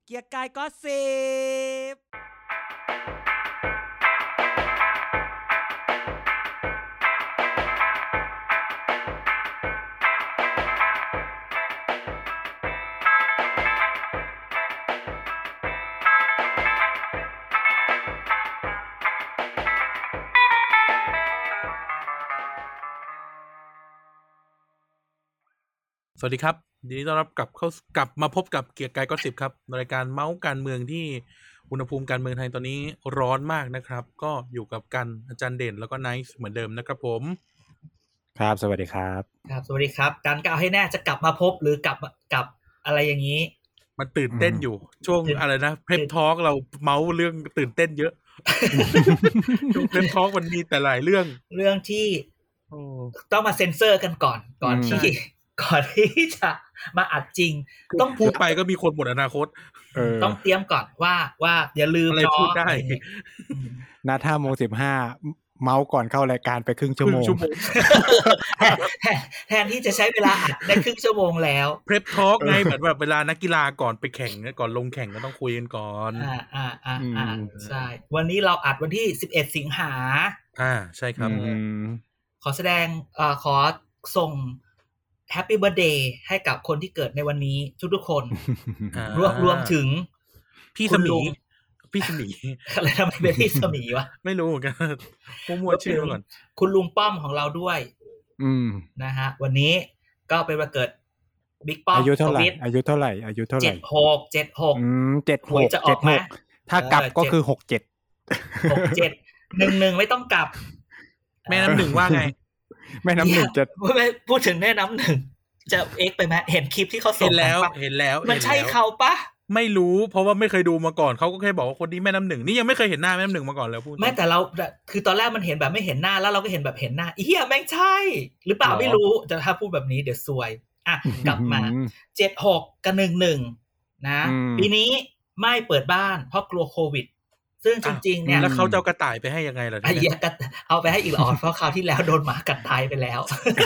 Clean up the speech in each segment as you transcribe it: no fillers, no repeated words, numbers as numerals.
กียร์กายก็สิบสวัสดีครับยินดีต้อนรับกลับมาพบกับเกียร์กายก็สิบครับรายการเมาส์การเมืองที่อุณหภูมิการเมืองไทยตอนนี้ร้อนมากนะครับก็อยู่กับกันอาจารย์เด่นแล้วก็ไนท์เหมือนเดิมนะครับผมครับสวัสดีครับครับสวัสดีครับการกล่าวให้แน่จะกลับมาพบหรือกลับอะไรอย่างนี้มันตื่นเต้นอยู่ช่วงอะไรนะเพปทอล์กเราเมาส์เรื่องตื่นเต้นเยอะช่วงเพปทอล์กมันมีแต่หลายเรื่องที่ต้องมาเซ็นเซอร์กันก่อนที่จะมาอัดจริงต้องพูดไปก็มีคนหมดอนาคตต้องเตรียมก่อนว่าอย่าลืมอะไรพูดได้นัด 5:15 เมาส์ก่อนเข้ารายการไปครึ่งชั่วโมงแทนที่จะใช้เวลาอัดได้ครึ่งชั่วโมงแล้วเพปทอล์กไงเหมือนแบบเวลานักกีฬาก่อนไปแข่งก่อนลงแข่งก็ต้องคุยกันก่อนใช่วันนี้เราอัดวันที่11สิงหาใช่ครับขอแสดงขอส่งแฮปปี้เบิร์ธเดย์ให้กับคนที่เกิดในวันนี้ทุกๆคนรวมถึงพี่สมีอะไรทำไมเป็นพี่สมีวะไม่รู้เหมือนกันมัวชื่อก่อนคุณลุงป้อมของเราด้วยนะฮะวันนี้ก็เป็นวันเกิดบิ๊กป้อมอายุเท่าไหร่76 จะออกมั้ยถ้ากลับก็คือ 67 11ไม่ต้องกลับแม่น้ำหนึ่งว่าไงแม่น้ำหนึ่งจะพูดถึงแม่น้ำหนึ่งจะเอ็กไปไหมเห็นคลิปที่เขาส่งเห็นแล้วมันใช่เขาปะไม่รู้เพราะว่าไม่เคยดูมาก่อนเขาก็แค่บอกว่าคนนี้แม่น้ำหนึ่งนี่ยังไม่เคยเห็นหน้าแม่น้ำหนึ่งมาก่อนแล้วพูดไม่แต่เราคือตอนแรกมันเห็นแบบไม่เห็นหน้าแล้วเราก็เห็นแบบเห็นหน้าเหี้ยแม่งใช่หรือเปล่าไม่รู้แต่ถ้าพูดแบบนี้เดี๋ยวซวยกลับมา76กับ11นะปีนี้ไม่เปิดบ้านเพราะกลัวโควิดซึ่งจริงๆเนี่ยแล้วเขาจะเอากระต่ายไปให้ยังไงล่ะเนี่ยเอาไปให้อีกหรอเพราะคราวที่แล้วโดนหมากัดตายไปแล้ว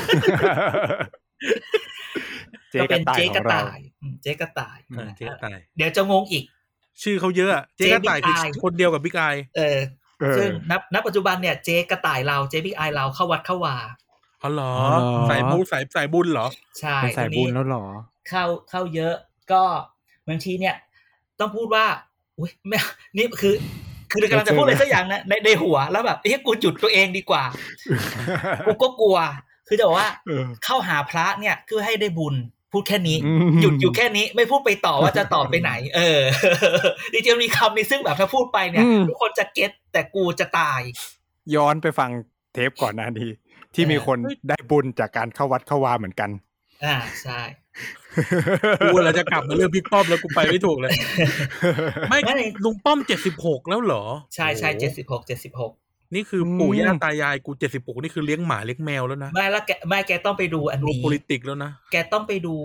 ก็เป็นเจ๊กระต่ายเดี๋ยวจะงงอีกชื่อเขาเยอะเจ๊กระต่ายคือคนเดียวกับบิ๊กไอซึ่งณปัจจุบันเนี่ยเจ๊กระต่ายเราเจ๊บิ๊กไอเราเข้าวัดเข้าวาอ๋อเหรอสายบุญเหรอใช่สายบุญแล้วเหรอเข้าเยอะก็บางทีเนี่ยต้องพูดว่าอุ๊ยไม่นี่คือกำลังจะพูดอะไรสักอย่างนะในหัวแล้วแบบกูหยุดตัวเองดีกว่ากูก็กลัวคือจะบอกว่าเข้าหาพระเนี่ยคือให้ได้บุญพูดแค่นี้หยุดอยู่แค่นี้ไม่พูดไปต่อว่าจะตอบไปไหนจริงๆมีคำนี้ซึ่งแบบถ้าพูดไปเนี่ยทุกคนจะเก็ตแต่กูจะตายย้อนไปฟังเทปก่อนหน้านี้ที่มีคนได้บุญจากการเข้าวัดเข้าวาเหมือนกันใช่กูอะไรจะกลับมาเรื่องบิ๊กป้อมแล้วกูไปไม่ถูกเลยไม่ลุงป้อม76แล้วเหรอใช่76 นี่คือปู่ย่าตายายกู76นี่คือเลี้ยงหมาเลี้ยงแมวแล้วนะไม่แล้วแกต้องไปดูอันนี้ politics แล้วนะแกต้องไปดู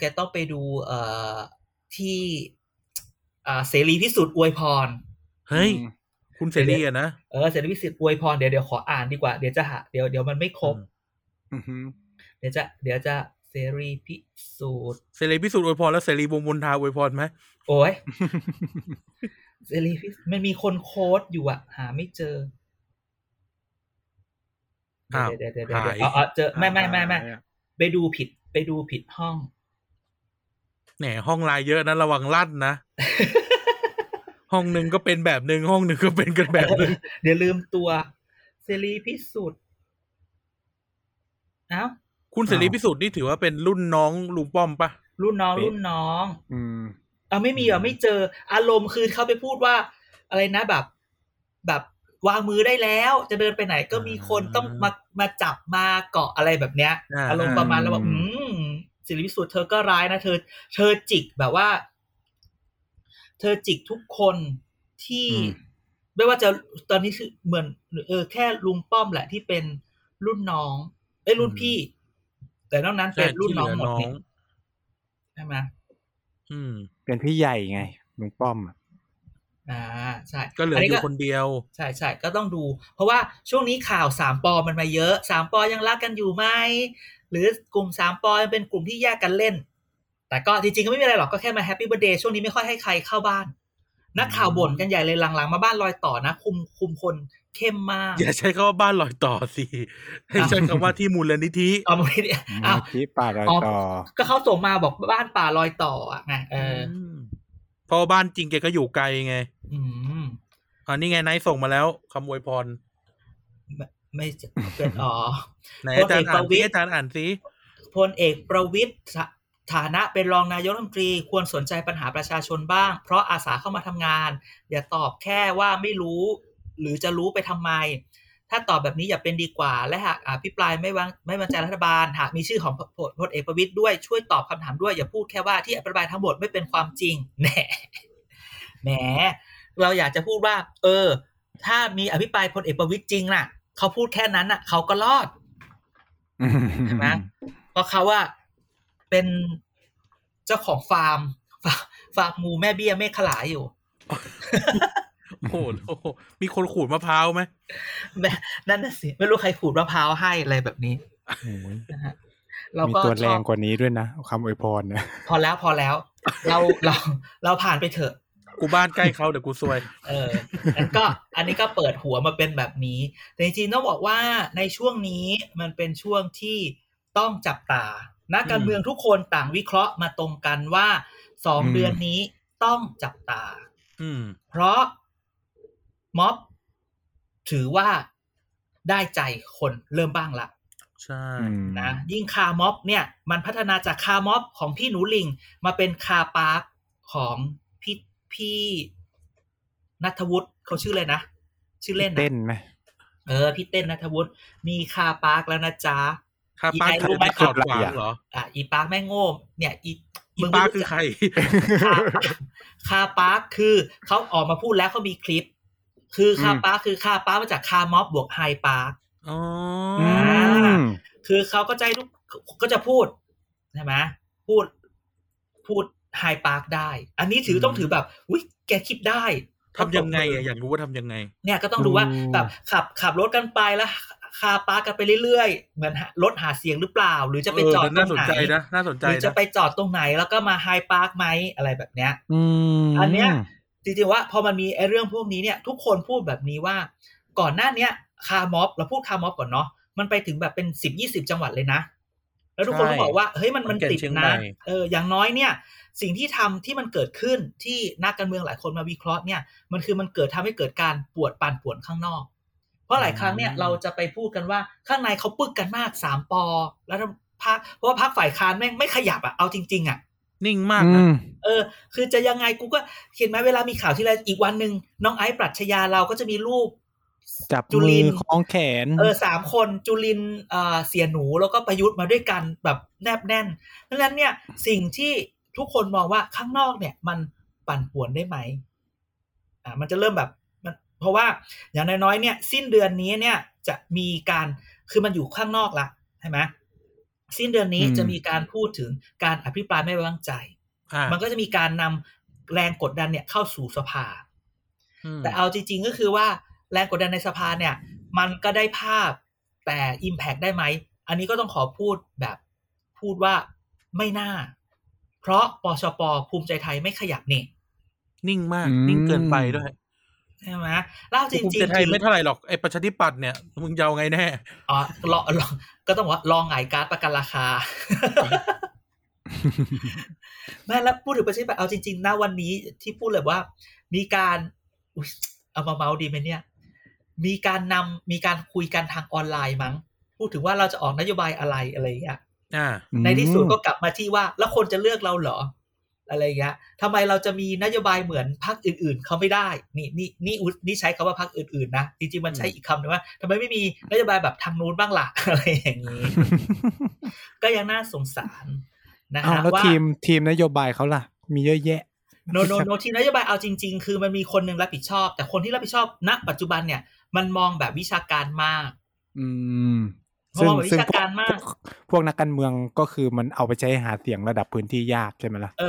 ที่เสรีพิสุทธิ์อวยพรเฮ้ยคุณเสรีอ่ะนะเสรีพิสุทธิ์อวยพรเดี๋ยวขออ่านดีกว่าเดี๋ยวจะหาเดี๋ยวมันไม่ครบเดี๋ยวจะเสรีพิสุทธิ์อวยพรแล้วเสรีวงศ์มนทาอวยพรมั้ยโอ้ยเสรีพิมันมีคนโค้ดอยู่อ่ะหาไม่เจอเดี๋ยวเจอไม่ไปดูผิดห้องแหมห้องลายเยอะนะระวังลั่นนะ ห้องนึงก็เป็นแบบนึงห้องนึงก็เป็นกันแบบนึงเดี๋ยวลืมตัวเสรีพิสุทธิ์คุณเสรีพิสุทธิ์นี่ถือว่าเป็นรุ่นน้องลุงป้อมปะรุ่นน้องไม่มีไม่เจออารมณ์คือเขาไปพูดว่าอะไรนะแบบวางมือได้แล้วจะเดินไปไหนก็มีคนต้องมาจับมาเกาะอะไรแบบเนี้ยอารมณ์ประมาณแล้วแบบเสรีพิสุทธิ์เธอก็ร้ายนะเธอจิกแบบว่าเธอจิกทุกคนที่ไม่ว่าจะตอนนี้คือเหมือนแค่ลุงป้อมแหละที่เป็นรุ่นน้องรุ่นพี่แต่นอกนั้นเป็นรุ่นน้องหมดนี่ใช่ไหมเป็นพี่ใหญ่ไงลุงป้อมใช่ก็เหลืออยู่คนเดียวใช่ก็ต้องดูเพราะว่าช่วงนี้ข่าว3ปอมันมาเยอะ3ปอยังรักกันอยู่ไหมหรือกลุ่ม3ปอยังเป็นกลุ่มที่แยกกันเล่นแต่ก็จริงๆก็ไม่มีอะไรหรอกก็แค่มาแฮปปี้เบิร์ธเดย์ช่วงนี้ไม่ค่อยให้ใครเข้าบ้านนักข่าวบ่นกันใหญ่เลยหลังๆมาบ้านรอยต่อนะคุมคนเข้มมากอย่าใช้คำว่าบ้านรอยต่อสิให้ใช้คำว่าที่มูลนิธิมูลนิธิที่ป่ารอยต่อก็เขาส่งมาบอกบ้านป่ารอยต่ออ่ะไงเพราะบ้านจริงแกก็อยู่ไกลไงนี่ไงนายส่งมาแล้วคำอวยพรไม่เป็นไหนอาจารย์อ่านสิพลเอกประวิตรฐานะเป็นรองนายกรัฐมนตรีควรสนใจปัญหาประชาชนบ้างเพราะอาสาเข้ามาทำงานอย่าตอบแค่ว่าไม่รู้หรือจะรู้ไปทำไมถ้าตอบแบบนี้อย่าเป็นดีกว่าและหากอภิปรายไม่วางใจรัฐบาลหากมีชื่อของพลเอกประวิตรด้วยช่วยตอบคำถามด้วยอย่าพูดแค่ว่าที่อภิปรายทั้งหมดไม่เป็นความจริงแหมเราอยากจะพูดว่าถ้ามีอภิปรายพลเอกประวิตรจริงน่ะเขาพูดแค่นั้นน่ะเขาก็รอดใช่ไหมเพราะเขาว่าเป็นเจ้าของฟาร์มหมูแม่เบี้ยเมฆขลาอยู่โอ้โหมีคนขูดมะพร้าวไหมนั่นน่ะสิไม่รู้ใครขูดมะพร้าวให้อะไรแบบนี้มีตัวแรงกว่านี้ด้วยนะคำอวยพรนะพอแล้วเราผ่านไปเถอะกูบ้านใกล้เขาเดี๋ยวกูซวยอันนี้ก็เปิดหัวมาเป็นแบบนี้แต่จริงๆต้องบอกว่าในช่วงนี้มันเป็นช่วงที่ต้องจับตานักการเมืองทุกคนต่างวิเคราะห์มาตรงกันว่า2 เดือนนี้ต้องจับตาเพราะม็อบถือว่าได้ใจคนเริ่มบ้างละใช่นะยิ่งคาม็อบเนี่ยมันพัฒนาจากคาม็อบของพี่หนูลิงมาเป็นคาปาร์คของพี่ณัฐวุฒิเขาชื่ออะไรนะชื่อเล่นเต้นไหมพี่เต้นณัฐวุฒิมีคาปาร์คแล้วนะจ๊ะคาปาร์ครู้ไหมจอดขวางเหรออีปาร์คแม่งโง่เนี่ยอีปาร์คคือใครคาปาร์คคือเขาออกมาพูดแล้วเขามีคลิปคือคาปาร์คคือคาปาร์คมาจากคาม็อบบวกไฮปาร์คคือเขาก็ก็จะพูดใช่ไหมพูดไฮปาร์คได้อันนี้ต้องถือแบบอุ๊ยแกคิดได้ทำยังไงอยากรู้ว่าทำยังไงเนี่ยก็ต้องดูว่าแบบขับรถกันไปแล้วคาปาร์คกันไปเรื่อยๆเหมือนรถหาเสียงหรือเปล่าหรือจะไปจอดตรงไหนน่าสนใจนะหรือจะไปจอดตรงไหนแล้วก็มาไฮปาร์คไหมอะไรแบบเนี้ยอันเนี้ยจริงๆว่าพอมันมีไอ้เรื่องพวกนี้เนี่ยทุกคนพูดแบบนี้ว่าก่อนหน้านี้คาม็อบเราพูดคาม็อบก่อนเนาะมันไปถึงแบบเป็น10-20 จังหวัดเลยนะแล้วทุกคนก็บอกว่าเฮ้ยมันติดนะอย่างน้อยเนี่ยสิ่งที่มันเกิดขึ้นที่นักการเมืองหลายคนมาวิเคราะห์เนี่ยมันคือมันทำให้เกิดการปั่นป่วนข้างนอกเพราะหลายครั้งเนี่ยเราจะไปพูดกันว่าข้างในเขาปึกกันมาก3 ป.แล้วเพราะว่าพรรคฝ่ายค้านแม่งไม่ขยับเอาจริงๆนิ่งมากนะคือจะยังไงกูก็เห็นไหมเวลามีข่าวที่ไรอีกวันนึงน้องไอซ์ปรัชญาเราก็จะมีรูปจับมือคล้องแขน 3 คนจุลินเสียหนูแล้วก็ประยุทธ์มาด้วยกันแบบแนบแน่นเพราะฉะนั้นเนี่ยสิ่งที่ทุกคนมองว่าข้างนอกเนี่ยมันปั่นป่วนได้ไหมมันจะเริ่มแบบเพราะว่าอย่างน้อยๆเนี่ยสิ้นเดือนนี้เนี่ยจะมีการคือมันอยู่ข้างนอกละใช่ไหมสิ้นเดือนนี้จะมีการพูดถึงการอภิปรายไม่ไว้วางใจมันก็จะมีการนำแรงกดดันเนี่ยเข้าสู่สภาแต่เอาจริงๆก็คือว่าแรงกดดันในสภาเนี่ยมันก็ได้ภาพแต่ impact ได้ไหมอันนี้ก็ต้องขอพูดว่าไม่น่าเพราะปชป.ภูมิใจไทยไม่ขยับนี่นิ่งมากนิ่งเกินไปด้วยใช่ไหมเล่าจริงๆภูมิใจไทยไม่เท่าไหร่หรอกไอ้ประชาธิปัตย์เนี่ยมึงจะเอาไงแน่ลองก็ต้องว่าลองหงายการ์ดประกันราคาแม่แล้วพูดถึงประชาธิปัตย์เอาจริงๆนะวันนี้ที่พูดเลยว่ามีการเอามาเมาดีไหมเนี่ยมีการคุยกันทางออนไลน์มั้งพูดถึงว่าเราจะออกนโยบายอะไรอย่างเงี้ยในที่สุดก็กลับมาที่ว่าแล้วคนจะเลือกเราเหรออะไรอย่างเงี้ยทำไมเราจะมีนโยบายเหมือนพรรคอื่นๆเขาไม่ได้นี่ใช้คำว่าพรรคอื่นๆนะจริงๆมันใช้อีกคำนึงว่าทำไมไม่มีนโยบายแบบทางนู้นบ้างล่ะอะไรอย่างนี้ ก็ยังน่าสงสารนะฮะแล้วทีมนโยบายเขาล่ะมีเยอะแยะโนทีมนโยบายเอาจริงๆคือมันมีคนนึงรับผิดชอบแต่คนที่รับผิดชอบณปัจจุบันเนี่ยมันมองแบบวิชาการมากซึ่งพวกนักการเมืองก็คือมันเอาไปใช้หาเสียงระดับพื้นที่ยากใช่ไหมล่ะ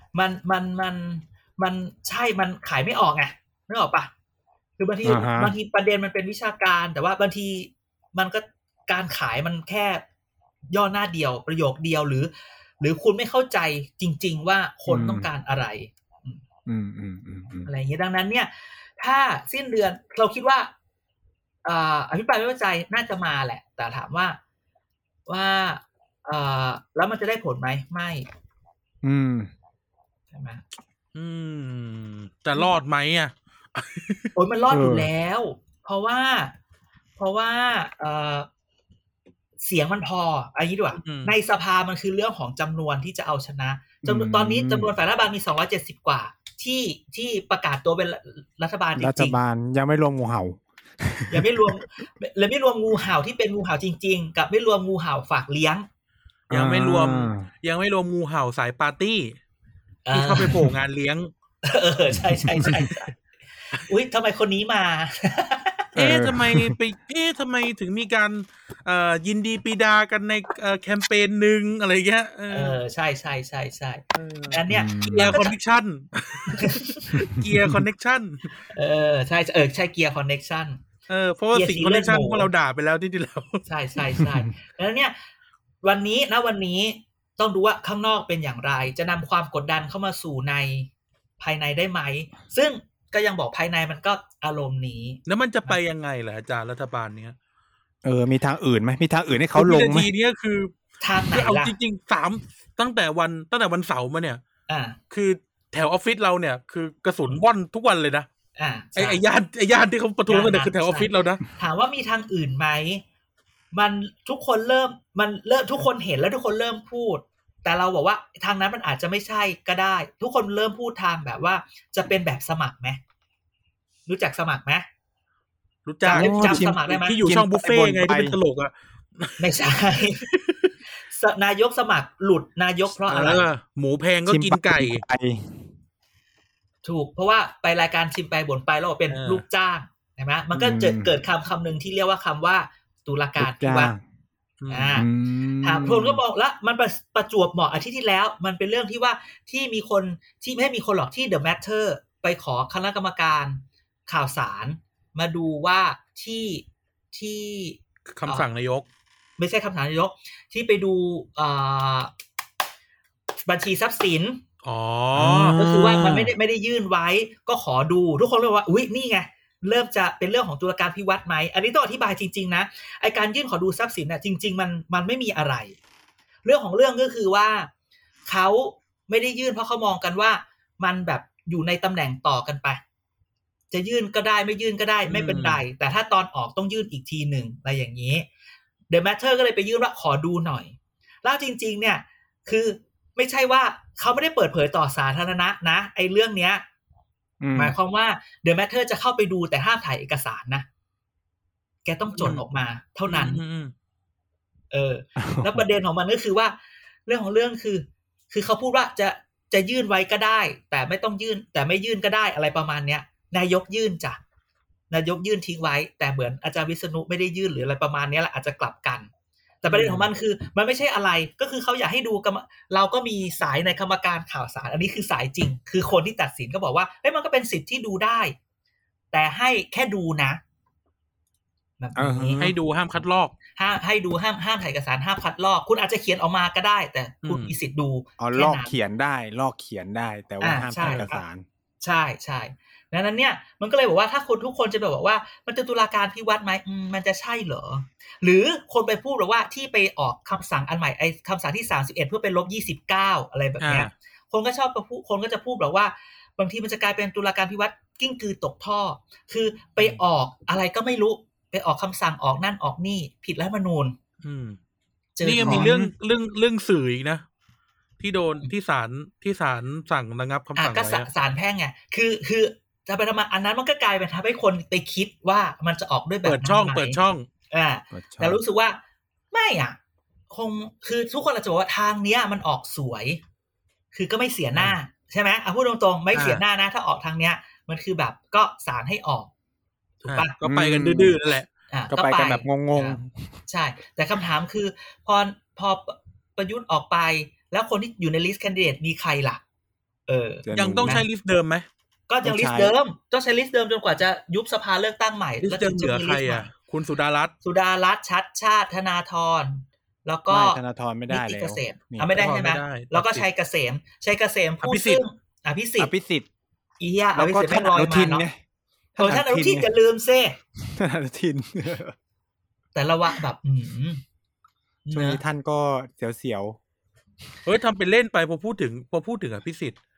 มันใช่มันขายไม่ออกไงนึกออกปะคือบางทีประเด็นมันเป็นวิชาการแต่ว่าบางทีมันก็การขายมันแค่ย่อหน้าเดียวประโยคเดียวหรือหรือคุณไม่เข้าใจจริงๆว่าคนต้องการอะไรอะไรอย่างเงี้ยดังนั้นเนี่ยถ้าสิ้นเดือนเราคิดว่าอภิปรายไม่ไว้วางใจน่าจะมาแหละแต่ถามว่าแล้วมันจะได้ผลไหมไม่ใช่ไหมจะรอดไหมอ่ะโอ้ยมันรอดอยู่แล้วเพราะว่าเสียงมันพออันนี้ดีกว่าในสภามันคือเรื่องของจำนวนที่จะเอาชนะตอนนี้จำนวนฝ่ายรัฐบาลมี270กว่าที่ประกาศตัวเป็นรัฐบาลจริงๆรัฐบาลยังไม่รวมงูเห่ายังไม่รวมและไม่รวมงูเห่าที่เป็นงูเห่าจริงๆกับไม่รวมงูเห่าฝากเลี้ยงยังไม่รวมงูเห่าสายปาร์ตี้ที่เข้าไปโผล่งานเลี้ยงใช่อุ๊ยทำไมคนนี้มาทำไมถึงมีการยินดีปรีดากันในแคมเปญนึงอะไรเงี้ยใช่อันเนี้ยเกียร์คอนเนคชั่นใช่ใช่เกียร์คอนเนคชั่นเพราะว่าสิ่งคอนเนคชั่นพวกเราด่าไปแล้วที่แล้วใช่แล้วเนี่ยวันนี้ต้องดูว่าข้างนอกเป็นอย่างไรจะนำความกดดันเข้ามาสู่ในภายในได้ไหมซึ่งก็ยังบอกภายในมันก็อารมณ์นี้แล้วมันจะไปยังไงล่ะอาจารย์รัฐบาลเนี้ยมีทางอื่นไหมมีทางอื่นให้เขาลงไหมทีนี้คือทางไหนล่ะเอาจริงๆตั้งแต่วันเสาร์มาเนี่ยคือแถวออฟฟิศเราเนี่ยคือกระสุนว่อนทุกวันเลยนะไอ้ย่านที่เขาประท้วงกันเนี่ยคือแถวออฟฟิศเรานะถามว่ามีทางอื่นไหมมันทุกคนเริ่มทุกคนเห็นแล้วทุกคนเริ่มพูดแต่เราบอกว่าทางนั้นมันอาจจะไม่ใช่ก็ได้ทุกคนเริ่มพูดทางแบบว่าจะเป็นแบบสมัครไหมรู้จักสมัครไหมรู้จักจำสมัครได้ไหมที่อยู่ช่องบุฟเฟ่ไงที่เป็นตลกอ่ะไม่ใช่นายกสมัครหลุดนายกเพราะอะไรหมูแพงก็กินไก่ถูกเพราะว่าไปรายการชิมไปบ่นไปแล้วเป็นลูกจ้างใช่ไหมมันก็เกิดคำหนึ่งที่เรียกว่าคำว่าตุลาการพิวัตรถามคนก็บอกแล้วมันประจวบเหมาะอาทิตย์ที่แล้วมันเป็นเรื่องที่ว่าที่มีคนที่ไม่มีคนหรอกที่ The Matter ไปขอคณะกรรมการข่าวสารมาดูว่าที่คำสั่งนายกไม่ใช่คำสั่งนายกที่ไปดูบัญชีทรัพย์สินก็คือว่ามันไม่ได้ยื่นไว้ก็ขอดูทุกคนเลยว่าอุ๊ยนี่ไงเริ่มจะเป็นเรื่องของตุลาการพิวัตรไหมอันนี้ต้องอธิบายจริงๆนะไอการยื่นขอดูทรัพย์สินน่ะจริงๆมันไม่มีอะไรเรื่องของเรื่องก็คือว่าเขาไม่ได้ยื่นเพราะเขามองกันว่ามันแบบอยู่ในตำแหน่งต่อกันไปจะยื่นก็ได้ไม่ยื่นก็ได้ไม่เป็นไรแต่ถ้าตอนออกต้องยื่นอีกทีหนึ่งอะไรอย่างนี้ The Matter ก็เลยไปยื่นว่าขอดูหน่อยแล้วจริงๆเนี่ยคือไม่ใช่ว่าเขาไม่ได้เปิดเผยต่อสาธารณะนะไอเรื่องเนี้ยหมายความว่า The Matter จะเข้าไปดูแต่ห้ามถ่ายเอกสารนะแกต้องจดออกมาเท่านั้นแล้วประเด็นของมันก็คือว่าเรื่องของเรื่องคือเขาพูดว่าจะยื่นไว้ก็ได้แต่ไม่ต้องยื่นแต่ไม่ยื่นก็ได้อะไรประมาณเนี้ยนายกยื่นจ้ะนายกยื่นทิ้งไว้แต่เหมือนอาจารย์วิษณุไม่ได้ยื่นหรืออะไรประมาณนี้แหละอาจจะกลับกันแต่ประเด็นของมันคือมันไม่ใช่อะไรก็คือเขาอยากให้ดูเราก็มีสายในกรรมการข่าวสารอันนี้คือสายจริงคือคนที่ตัดสินก็บอกว่าเฮ้ยมันก็เป็นสิทธิ์ที่ดูได้แต่ให้แค่ดูนะแบบนี้ให้ดูห้ามคัดลอกให้ดูห้ามถ่ายเอกสารห้ามคัดลอกคุณอาจจะเขียนออกมาก็ได้แต่คุณมีสิทธิ์ดูลอกเขียนได้แต่ว่าห้ามถ่ายเอกสารใช่ดังนั้นเนี่ยมันก็เลยบอกว่าถ้าคนทุกคนจะบอกว่ามันจะตุลาการพิวัตรไหมมันจะใช่เหรอหรือคนไปพูดแบบว่าที่ไปออกคำสั่งอันใหม่ไอ้คำสั่งที่31เพื่อเป็น-29อะไรแบบเนี้ยคนก็ชอบพูดคนก็จะพูดแบบว่าบางทีมันจะกลายเป็นตุลาการพิวัตรกิ้งกือตกท่อคือไปออกอะไรก็ไม่รู้ไปออกคำสั่งออกนั่นออกนี่ผิดรัฐธรรมนูญนี่ยังมีเรื่องสื่ออีกนะที่โดนที่ศาลสั่งระงับคำสั่งก็ศาลแพ่งไงคือจะไปทำไมอันนั้นมันก็กลายเป็นทำให้คนไปคิดว่ามันจะออกด้วยแบบเปิดช่องแต่รู้สึกว่าไม่คงคือทุกคนอาจจะบอกว่าทางเนี้ยมันออกสวยคือก็ไม่เสียหน้าใช่ไหมพูดตรงๆไม่เสียหน้านะถ้าออกทางเนี้ยมันคือแบบก็ศาลให้ออกถูกปะก็ไปกันดื้อๆนั่นแหละก็ไปกันแบบงงๆใช่แต่คำถามคือพอประยุทธ์ออกไปแล้วคนที่อยู่ในลิสต์แคนดิเดตมีใครล่ะยังต้องใช้ลิสต์เดิมไหมก็ยังลิสต์เดิมต้องใช้ลิสต์เดิมจนกว่าจะยุบสภาเลือกตั้งใหม่แล้วจะเหลือใครคุณสุดารัตน์ชัดชาติธนาธรแล้วก็ธนาธรไม่ได้นิติแล้วเกษตรไม่ได้ใช่ไหมแล้วก็ชัยเกษมผู้ซึ่งอภิสิทธิ์อีอ่ะอภิสิทธิ์ไม่ลอยมาเนาะท่านอนุทินอย่าลืมซิท่านอนุทินแต่ละวะแบบช่วงนี้ท่านก็เสียวทำเป็นเล่นไปพอพูดถึงอภิสิทธิ์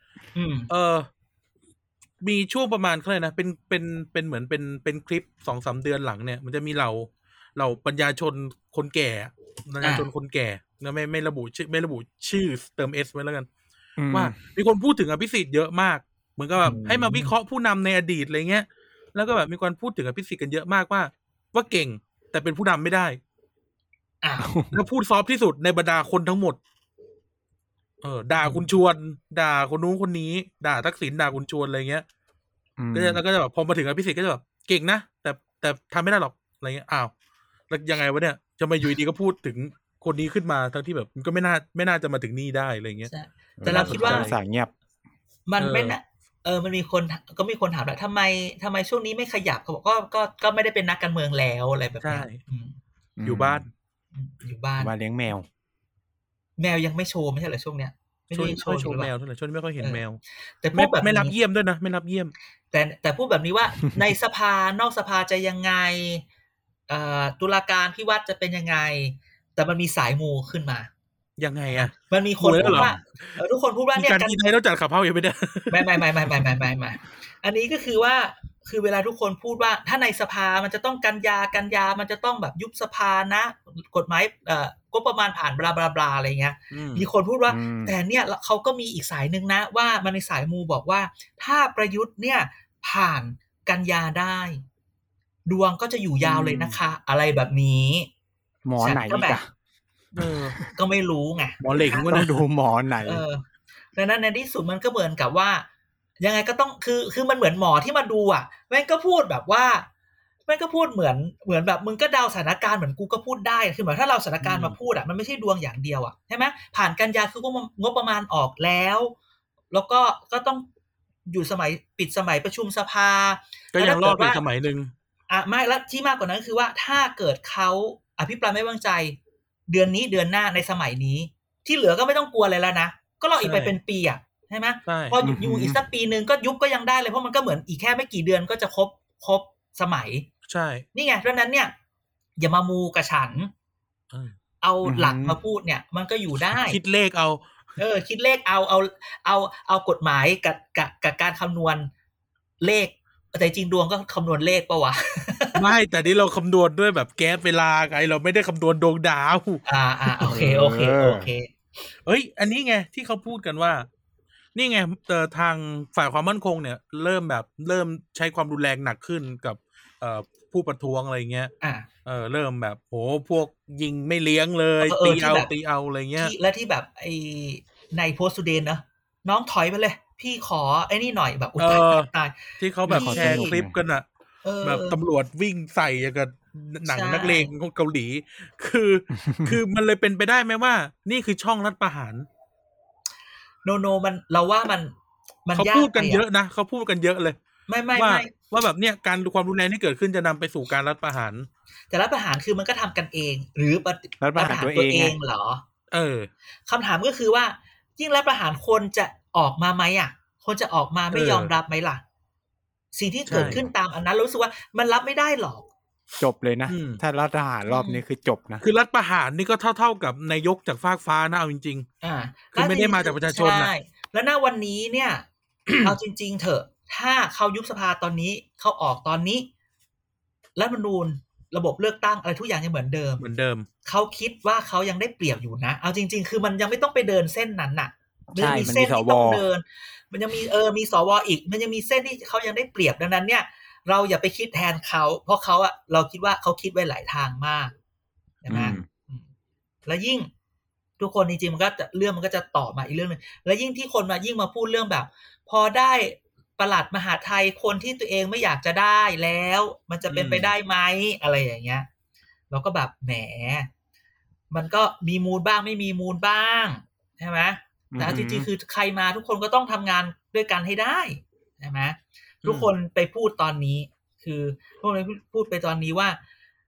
มีช่วงประมาณเท่าไหร่นะเป็นเหมือนเป็นคลิป 2-3 เดือนหลังเนี่ยมันจะมีเราปัญญาชนคนแก่ปัญญาชนคนแก่นะไม่ระบุชื่อเติม S ไว้แล้วกันว่ามีคนพูดถึงอภิสิทธิ์เยอะมากเหมือนกับแบบให้มาวิเคราะห์ผู้นำในอดีตอะไรเงี้ยแล้วก็แบบมีคนพูดถึงอภิสิทธิ์กันเยอะมากว่าเก่งแต่เป็นผู้นำไม่ได้แล้วพูดซอฟที่สุดในบรรดาคนทั้งหมดด่าคุณชวนด่าคนนู้นคนนี้ด่าทักษิณด่าคุณชวนอะไรเงี้ยแล้วก็จะแบบพอมาถึงอภิสิทธิ์ก็จะแบบเก่งนะแต่ทำไม่ได้หรอกอะไรเงี้ยอ้าวแล้วยังไงวะเนี่ยจะมาอยู่ดีก็พูดถึงคนนี้ขึ้นมาทั้งที่แบบมันก็ไม่น่าจะมาถึงนี่ได้อะไรเงี้ยแต่เราคิดว่าสายเงียบมันไม่น่ะมันมีคนถามแล้วทำไมช่วงนี้ไม่ขยับเขาบอกก็ไม่ได้เป็นนักการเมืองแล้วอะไรแบบนี้อยู่บ้านมาเลี้ยงแมวยังไม่โชว์ไม่ใช่เหรอช่วงเนี้ยไม่ได้โชว์แมวเท่าไหร่ช่วงนี้ไม่ค่อยเห็นแมวแต่พูดแบบไม่รับเยี่ยมด้วยนะไม่รับเยี่ยมแต่พูดแบบนี้ว่า ในสภานอกสภาจะยังไงตุลาการพิวัตรจะเป็นยังไงแต่มันมีสายมูขึ้นมายังไงอ่ะมันมีคนพูดว่าทุกคนพูดว่าเนี่ยการที่ไทยต้องจัดขับเฮ้ายังไม่ได้ไม่อันนี้ก็คือว่าคือเวลาทุกคนพูดว่าถ้าในสภามันจะต้องกันยามันจะต้องแบบยุบสภานะกฎหมายก็ประมาณผ่านบลาบลาบลาอะไรเงี้ยมีคนพูดว่าแต่เนี่ยเขาก็มีอีกสายนึงนะว่ามันในสายมูบอกว่าถ้าประยุทธ์เนี่ยผ่านกันยาได้ดวงก็จะอยู่ยาวเลยนะคะอะไรแบบนี้หมอไหนกันก็ไม่รู้ไงหมอเหล็กก็ต้องดูหมอไหนดังนั้นในที่สุดมันก็เหมือนกับว่ายังไงก็ต้องคือมันเหมือนหมอที่มาดูอ่ะแม่งก็พูดแบบว่าแม่งก็พูดเหมือนแบบมึงก็เดาสถานการณ์เหมือนกูก็พูดได้คือเหมือนถ้าเราสถานการณ์มาพูดอ่ะมันไม่ใช่ดวงอย่างเดียวอ่ะใช่ไหมผ่านกันยาคืองบประมาณออกแล้วต้องอยู่สมัยปิดสมัยประชุมสภาก็ยังรอดไปสมัยนึงไม่แล้วที่มากกว่านั้นคือว่าถ้าเกิดเขาอภิปรายไม่วางใจเดือนนี้เดือนหน้าในสมัยนี้ที่เหลือก็ไม่ต้องกลัวเลยแล้วนะก็รออีกไปเป็นปีอ่ะใช่ไหมพออยู่อีกสักปีนึงก็ยุบก็ยังได้เลยเพราะมันก็เหมือนอีกแค่ไม่กี่เดือนก็จะครบสมัยใช่นี่ไงเพราะนั้นเนี่ยอย่ามามูกับฉันเอาหลักมาพูดเนี่ยมันก็อยู่ได้คิดเลขเอาคิดเลขเอากฎหมายกับการคำนวณเลขแต่จริงดวงก็คำนวณเลขป่ะวะไม่แต่นี่เราคำนวณด้วยแบบแก๊สเวลาไงเราไม่ได้คำนวณดวงดาวโอเคเอ้ยอันนี้ไงที่เขาพูดกันว่านี่ไงทางฝ่ายความมั่นคงเนี่ยเริ่มใช้ความรุนแรงหนักขึ้นกับผู้ประท้วงอะไรเงี้ยเริ่มแบบโหพวกยิงไม่เลี้ยงเลยตีเอาอะไรเงี้ยและที่แบบไอ้ในโพสต์ทูเดย์นะน้องถอยไปเลยพี่ขอไอ้นี่หน่อยแบบตายที่เขาแบบแชร์คลิปกันอะแบบตำรวจวิ่งใส่อย่างกับหนังนักเลงของเกาหลีคือมันเลยเป็นไปได้ไหมว่านี่คือช่องรัฐประหารโนมันเราว่ามันเขาพูดกันเยอะนะเขาพูดกันเยอะเลยไม่ว่าแบบเนี้ยการความรุนแรงที่เกิดขึ้นจะนำไปสู่การรัฐประหารแต่รัฐประหารคือมันก็ทำกันเองหรือรัฐประหารตัวเองเหรอคำถามก็คือว่ายิ่งรัฐประหารคนจะออกมาไหมอ่ะคนจะออกมาไม่ยอมรับไหมล่ะสิ่งที่เกิดขึ้นตามอันนั้นรู้สึกว่ามันรับไม่ได้หรอกจบเลยนะถ้ารัฐประหารรอบนี้คือจบนะคือรัฐประหารนี่ก็เท่ากับนายกจากฟากฟ้านะเอาจริงๆคือไม่ได้มาจากประชาชนนะแล้วณวันนี้เนี่ย เอาจริงๆเถอะถ้าเขายุบสภาตอนนี้เขาออกตอนนี้รัฐธรรมนูญระบบเลือกตั้งอะไรทุกอย่างยังเหมือนเดิมเขาคิดว่าเขายังได้เปรียบอยู่นะเอาจริงๆคือมันยังไม่ต้องไปเดินเส้นนั้นน่ะมันมีเส้นที่ต้องเดินมันยังมีมีสวอีกมันยังมีเส้นที่เขายังได้เปรียบดังนั้นเนี่ยเราอย่าไปคิดแทนเขาเพราะเขาอะเราคิดว่าเขาคิดไว้หลายทางมากใช่ไหมแล้วยิ่งทุกคนจริงๆมันก็จะเรื่องมันก็จะต่อมาอีกเรื่องนึงแล้วยิ่งที่คนมายิ่งมาพูดเรื่องแบบพอได้ปลัดมหาดไทยคนที่ตัวเองไม่อยากจะได้แล้วมันจะเป็นไปได้ไหมอะไรอย่างเงี้ยเราก็แบบแหมมันก็มีมูลบ้างไม่มีมูลบ้างใช่ไหมแต่จริงๆคือใครมาทุกคนก็ต้องทำงานด้วยกันให้ได้ใช่ไหมทุกคนไปพูดตอนนี้คือพวกเราพูดไปตอนนี้ว่า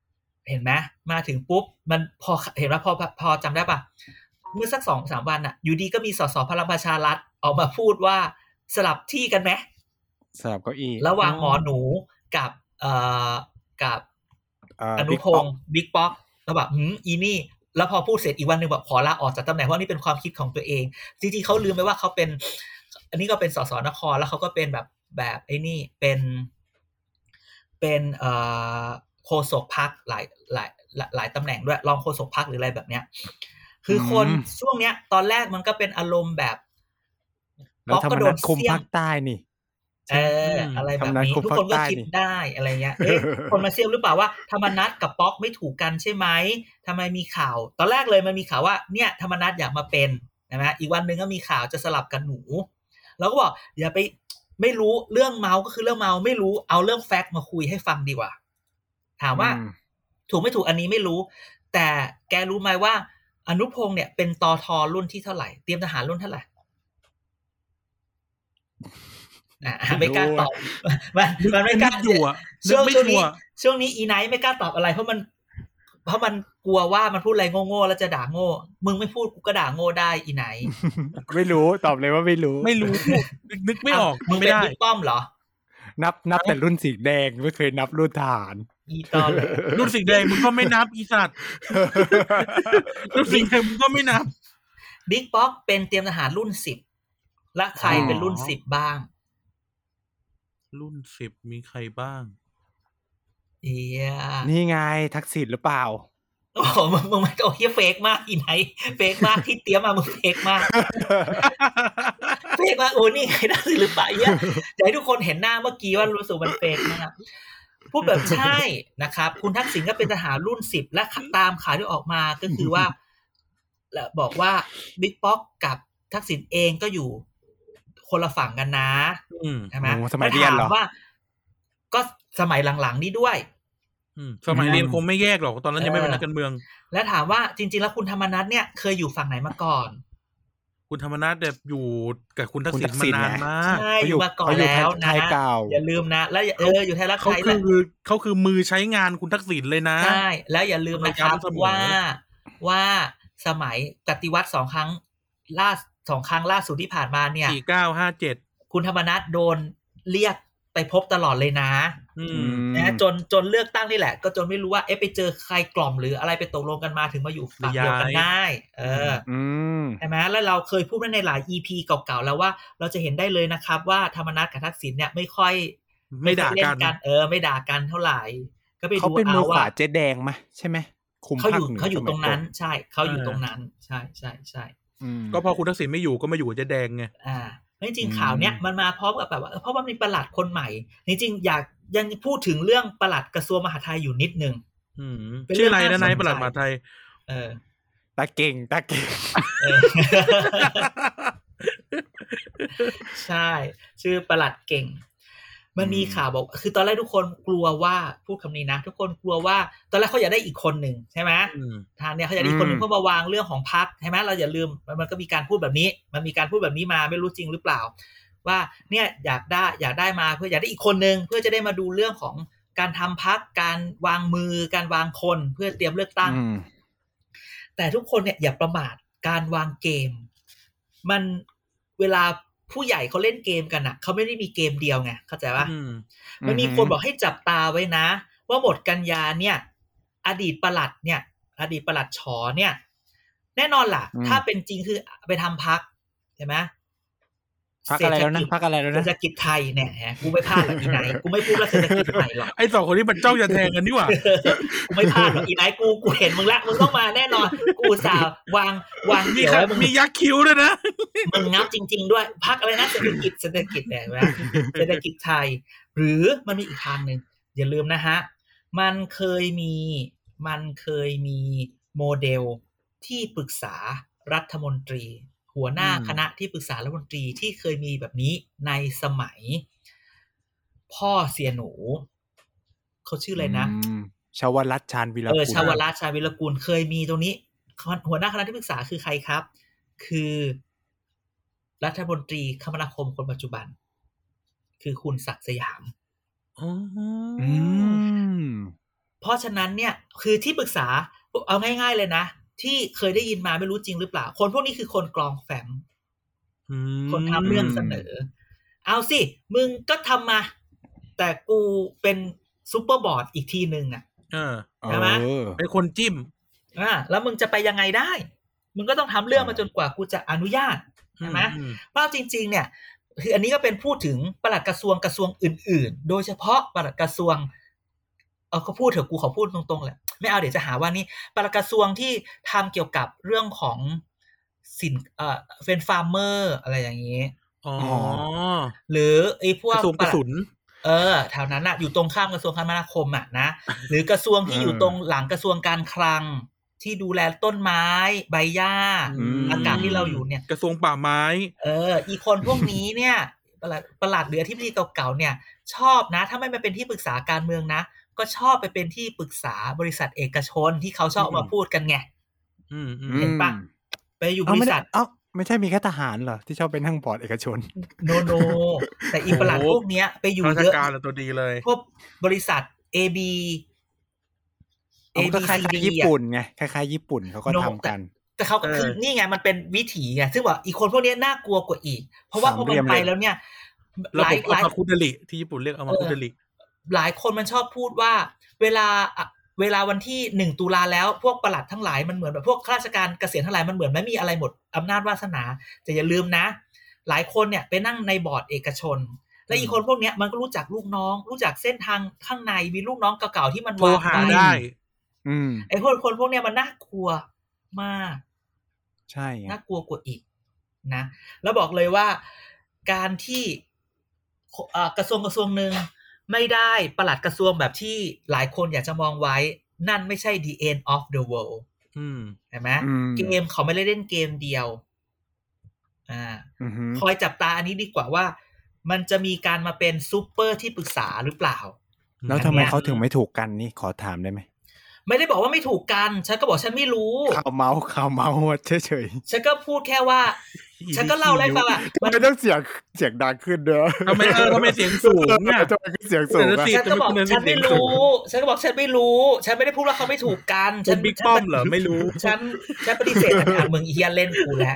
เห็นไหมมาถึงปุ๊บมันพอเห็นว่าพอจำได้ปะเมื่อสัก 2-3 วันอะอยู่ดีก็มีสสพลังประชารัฐออกมาพูดว่าสลับที่กันไหมสลับเก้าอี้ระหว่างหมอหนูกับกับอนุพงศ์บิ๊กป๊อกแล้วแบบอีนี่แล้วพอพูดเสร็จอีกวันนึงแบบขอลาออกจากตำแหน่งเพราะนี่เป็นความคิดของตัวเองจริงๆเขาลืมไปว่าเขาเป็นอันนี้ก็เป็นสสนครแล้วเขาก็เป็นแบบไอ้นี่เป็นโฆษกพรรคหลายตำแหน่งด้วยรองโฆษกพรรคหรืออะไรแบบเนี้ยคือคนช่วงเนี้ยตอนแรกมันก็เป็นอารมณ์แบบป๊อกก็โดนคุมภาคใต้นี่อะไรแบบนี้ทุกคนก็คิดได้อะไรเงี้ยคนมาเสี่ยมหรือเปล่าว่าธรรมนัสกับป๊อกไม่ถูกกันใช่ไหมทำไมมีข่าวตอนแรกเลยมันมีข่าวว่าเนี่ยธรรมนัสอยากมาเป็นนะอีกวันนึงก็มีข่าวจะสลับกันหนูแล้วก็บอกอย่าไปไม่รู้เรื่องเมาก็คือเรื่องเมาไม่รู้เอาเรื่องแฟกต์มาคุยให้ฟังดีกว่าถามว่าถูกไม่ถูกอันนี้ไม่รู้แต่แกรู้ไหมว่าอนุพงษ์เนี่ยเป็นตท.รุ่นที่เท่าไหร่เตรียมทหารรุ่นเท่าไหร่ไม่กล้าตอบมันไม่กล้าอยู่อ่ะช่วงนี้อีไนท์ไม่กล้าตอบอะไรเพราะมันกลัวว่ามันพูดอะไรโง่ๆแล้วจะด่าโง่มึงไม่พูดกูก็ด่าโง่ได้อีไนท์ไม่รู้ตอบเลยว่าไม่รู้นึกไม่ออกมึงเป็นบิ๊กป้อมเหรอนับแต่รุ่นสีแดงไม่เคยนับรุ่นทหารอีตอนเลยรุ่นสีแดงมึงก็ไม่นับอีสัตว์รุ่นสีแดงมึงก็ไม่นับบิ๊กป๊อกเป็นเตรียมทหารรุ่น10และใครเป็นรุ่น10บ้างรุ่น10มีใครบ้างนี่ไงทักษิณหรือเปล่าโอ้มึงไม่โอ้ยเฟกมากอีไหนเฟกมากที่เตรียมมามึงเฟกมากเฟกมากโอ้นี่ไงทักษิณหรือเปล่าอยากให้ทุกคนเห็นหน้าเมื่อกี้ว่ารู้สึกมันเฟกมากพูดแบบใช่นะครับคุณทักษิณก็เป็นทหารรุ่น10และตามข่าวที่ออกมาก็คือว่าบอกว่าบิ๊กป๊อกกับทักษิณเองก็อยู่คนละฝั่งกันนะใช่ไหมสมัยเรียนเหรอว่าก็สมัยหลังๆนี้ด้วยสมัยเรียนคงไม่แยกหรอกตอนนั้นยังไม่เป็นนักการเมืองแล้วถามว่าจริงๆแล้วคุณธรรมนัสเนี่ยเคยอยู่ฝั่งไหนมาก่อนคุณธรรมนัสแบบอยู่กับคุณทักษิณมานานมากใช่อยู่มาก่อนแล้วนะอย่าลืมนะแล้วอยู่ไทยรักไทยเขาคือมือใช้งานคุณทักษิณเลยนะใช่แล้วอย่าลืมนะครับว่าสมัยปฏิวัติ2 ครั้งล่าสุดที่ผ่านมาเนี่ย 4957 คุณธรรมนัสโดนเรียกไปพบตลอดเลยนะนะจนเลือกตั้งนี่แหละก็จนไม่รู้ว่าไปเจอใครกล่อมหรืออะไรไปตกลงกันมาถึงมาอยู่ฝั่งเดียวกันได้ใช่ไหมแล้วเราเคยพูดในหลาย EP เก่าๆแล้วว่าเราจะเห็นได้เลยนะครับว่าธรรมนัสกับทักษิณเนี่ยไม่ค่อยไม่ด่ากันไม่ด่ากันเท่าไหร่ก็ไปดูเอาว่าเขาเป็นมือขวาเจ๊แดงมั้ยใช่ไหมเขาอยู่ตรงนั้นใช่เขาอยู่ตรงนั้นใช่ก็พอคุณทักษิณไม่อยู่ก็มาอยู่เจ๊แดงไงจริงๆข่าวเนี้ยมันมาพร้อมกับแบบว่าเพราะว่ามีปลัดคนใหม่จริงๆยังพูดถึงเรื่องปลัดกระทรวงมหาดไทยอยู่นิดนึงชื่ออะไรนะนายปลัดมหาดไทยตาเก่งใช่ชื่อปลัดเก่งมันมีข่าวบอกคือตอนแรกทุกคนกลัวว่าพูดคำนี้นะทุกคนกลัวว่าตอนแรกเขาอยากได้อีกคนหนึ่งใช่ไหมทางเนี่ยเขาอยากได้อีกคนหนึ่งเพื่อมาวางเรื่องของพรรคใช่ไหมเราอย่าลืมมันก็มีการพูดแบบนี้มันมีการพูดแบบนี้มาไม่รู้จริงหรือเปล่าว่าเนี่ยอยากได้มาเพื่ออยากได้อีกคนหนึ่งเพื่อจะได้มาดูเรื่องของการทำพรรคการวางมือการวางคนเพื่อเตรียมเลือกตั้งแต่ทุกคนเนี่ยอย่าประมาทการวางเกมมันเวลาผู้ใหญ่เขาเล่นเกมกันอ่ะเขาไม่ได้มีเกมเดียวไงเข้าใจป่ะมันมีคนบอกให้จับตาไว้นะว่าหมดกันยาเนี่ยอดีตปลัดฉอเนี่ยแน่นอนล่ะถ้าเป็นจริงคือไปทำพรรคใช่ไหมพรรคอะไรแล้วนะเศรษฐกิจไทยเนี่ยกูไม่พลาดหรอกอีไหนกูไม่พูดว่าเศรษฐกิจไทยหรอกไอ้2คนนี้มันจ้องจะแทงกันนี่หว่ากูไม่พลาดหรอกอีไหนกูเห็นมึงละมึงต้องมาแน่นอนกูสาววางเกี่ยวไว้มึงมียักษ์คิ้วด้วยนะมึงงับจริงๆด้วยพรรคอะไรนะเศรษฐกิจเนี่ยนะเศรษฐกิจไทยหรือมันมีอีกทางนึงอย่าลืมนะฮะมันเคยมีโมเดลที่ปรึกษารัฐมนตรีหัวหน้าคณะที่ปรึกษารัฐมนตรีที่เคยมีแบบนี้ในสมัยพ่อเสียหนูเขาชื่ออะไรนะชวรัตน์ ชาญวิรกูลชวรัตน์ ชาญวิรกูลเคยมีตรงนี้หัวหน้าคณะที่ปรึกษาคือใครครับคือรัฐมนตรีคมนาคมคนปัจจุบันคือคุณศักดิ์สยามเพราะฉะนั้นเนี่ยคือที่ปรึกษาเอาง่ายๆเลยนะที่เคยได้ยินมาไม่รู้จริงหรือเปล่าคนพวกนี้คือคนกรองแฟ้มคนทำเรื่องเสนอเอาสิมึงก็ทำมาแต่กูเป็นซุปเปอร์บอร์ดอีกทีนึงนะใช่ไหมเป็นคนจิ้มแล้วมึงจะไปยังไงได้มึงก็ต้องทำเรื่องมาจนกว่ากูจะอนุญาตใช่ไหมเพราะจริงๆเนี่ยคืออันนี้ก็เป็นพูดถึงปลัดกระทรวงอื่นๆโดยเฉพาะปลัดกระทรวงเขาพูดเถอะกูขอพูดตรงๆแหละไม่เอาเดี๋ยวจะหาว่านี่ปลัดกระทรวงที่ทำเกี่ยวกับเรื่องของสินเป็นฟาร์มเมอร์อะไรอย่างนี้หรือไอ้พวกกระสุนแถวนั้นน่ะอยู่ตรงข้ามกระทรวงคมนาคมอ่ะนะหรือกระทรวงที่อยู่ตรงหลังกระทรวงการคลังที่ดูแลต้นไม้ใบหญ้าอากาศที่เราอยู่เนี่ยกระทรวงป่าไม้อีคนพวกนี้เนี่ยประหลัดหรือที่ปรึกษาเก่าๆเนี่ยชอบนะถ้าไม่มาเป็นที่ปรึกษาการเมืองนะก็ชอบไปเป็นที่ปรึกษาบริษัทเอกชนที่เขาชอบมาพูดกันไงเห็นปะไปอยู่บริษัทไม่ใช่มีแค่ทหารเหรอที่ชอบไปนั่งบอร์ดเอกชนโนแต่อีประหลัดพวกเนี้ยไปอยู่เยอะตัวดีเลยพวกบริษัท AB ก็คล้ายๆญี่ปุ่นไงคล้ายๆญี่ปุ่นเขาก็ทำกันแต่เขาก็คือนี่ไงมันเป็นวิถีไงซึ่งว่าอีกคนพวกนี้น่ากลัวกว่าอีกเพราะว่าพอมันไปแล้วเนี่ยหลายคุดริที่ญี่ปุ่นเรียกเอามาคุดริหลายคนมันชอบพูดว่าเวลาวันที่1ตุลาแล้วพวกปลัดทั้งหลายมันเหมือนแบบพวกข้าราชการเกษียณทั้งหลายมันเหมือนไม่มีอะไรหมดอำนาจวาสนาแต่อย่าลืมนะหลายคนเนี่ยไปนั่งในบอร์ดเอกชนและอีกคนพวกเนี้ยมันก็รู้จักลูกน้องรู้จักเส้นทางข้างในมีลูกน้องเก่าๆที่มันวางไว้ได้ไอ้คนพวกเนี้ยมันน่ากลัวมากใช่น่ากลัวกว่าอีกนะแล้วบอกเลยว่าการที่กระทรวงนึงไม่ได้ปลัดกระทรวงแบบที่หลายคนอยากจะมองไว้นั่นไม่ใช่ the end of the world เห็นไหมเกมเขาไม่ได้เล่นเกมเดียวคอยจับตาอันนี้ดีกว่าว่ามันจะมีการมาเป็นซูเปอร์ที่ปรึกษาหรือเปล่าแล้วทำไมเขาถึงไม่ถูกกันนี่ขอถามได้ไหมไม่ได้บอกว่าไม่ถูกกันฉันก็บอกฉันไม่รู้ข่าวเมาเฉยๆฉันก็พูดแค่ว่าฉันก็เล่าให้ฟังอ่ะมันต้องเสียงดังขึ้นเด้อทำไมเสียงสูงเนี่ยทำไมเสียงสูงฉันก็บอกฉันไม่รู้ฉันก็บอกฉันไม่รู้ฉันไม่ได้พูดว่าเขาไม่ถูกกันฉันบิ๊กป้อมเหรอไม่รู้ฉันปฏิเสธจากมึงอีเหี้ยเล่นกูแล้ว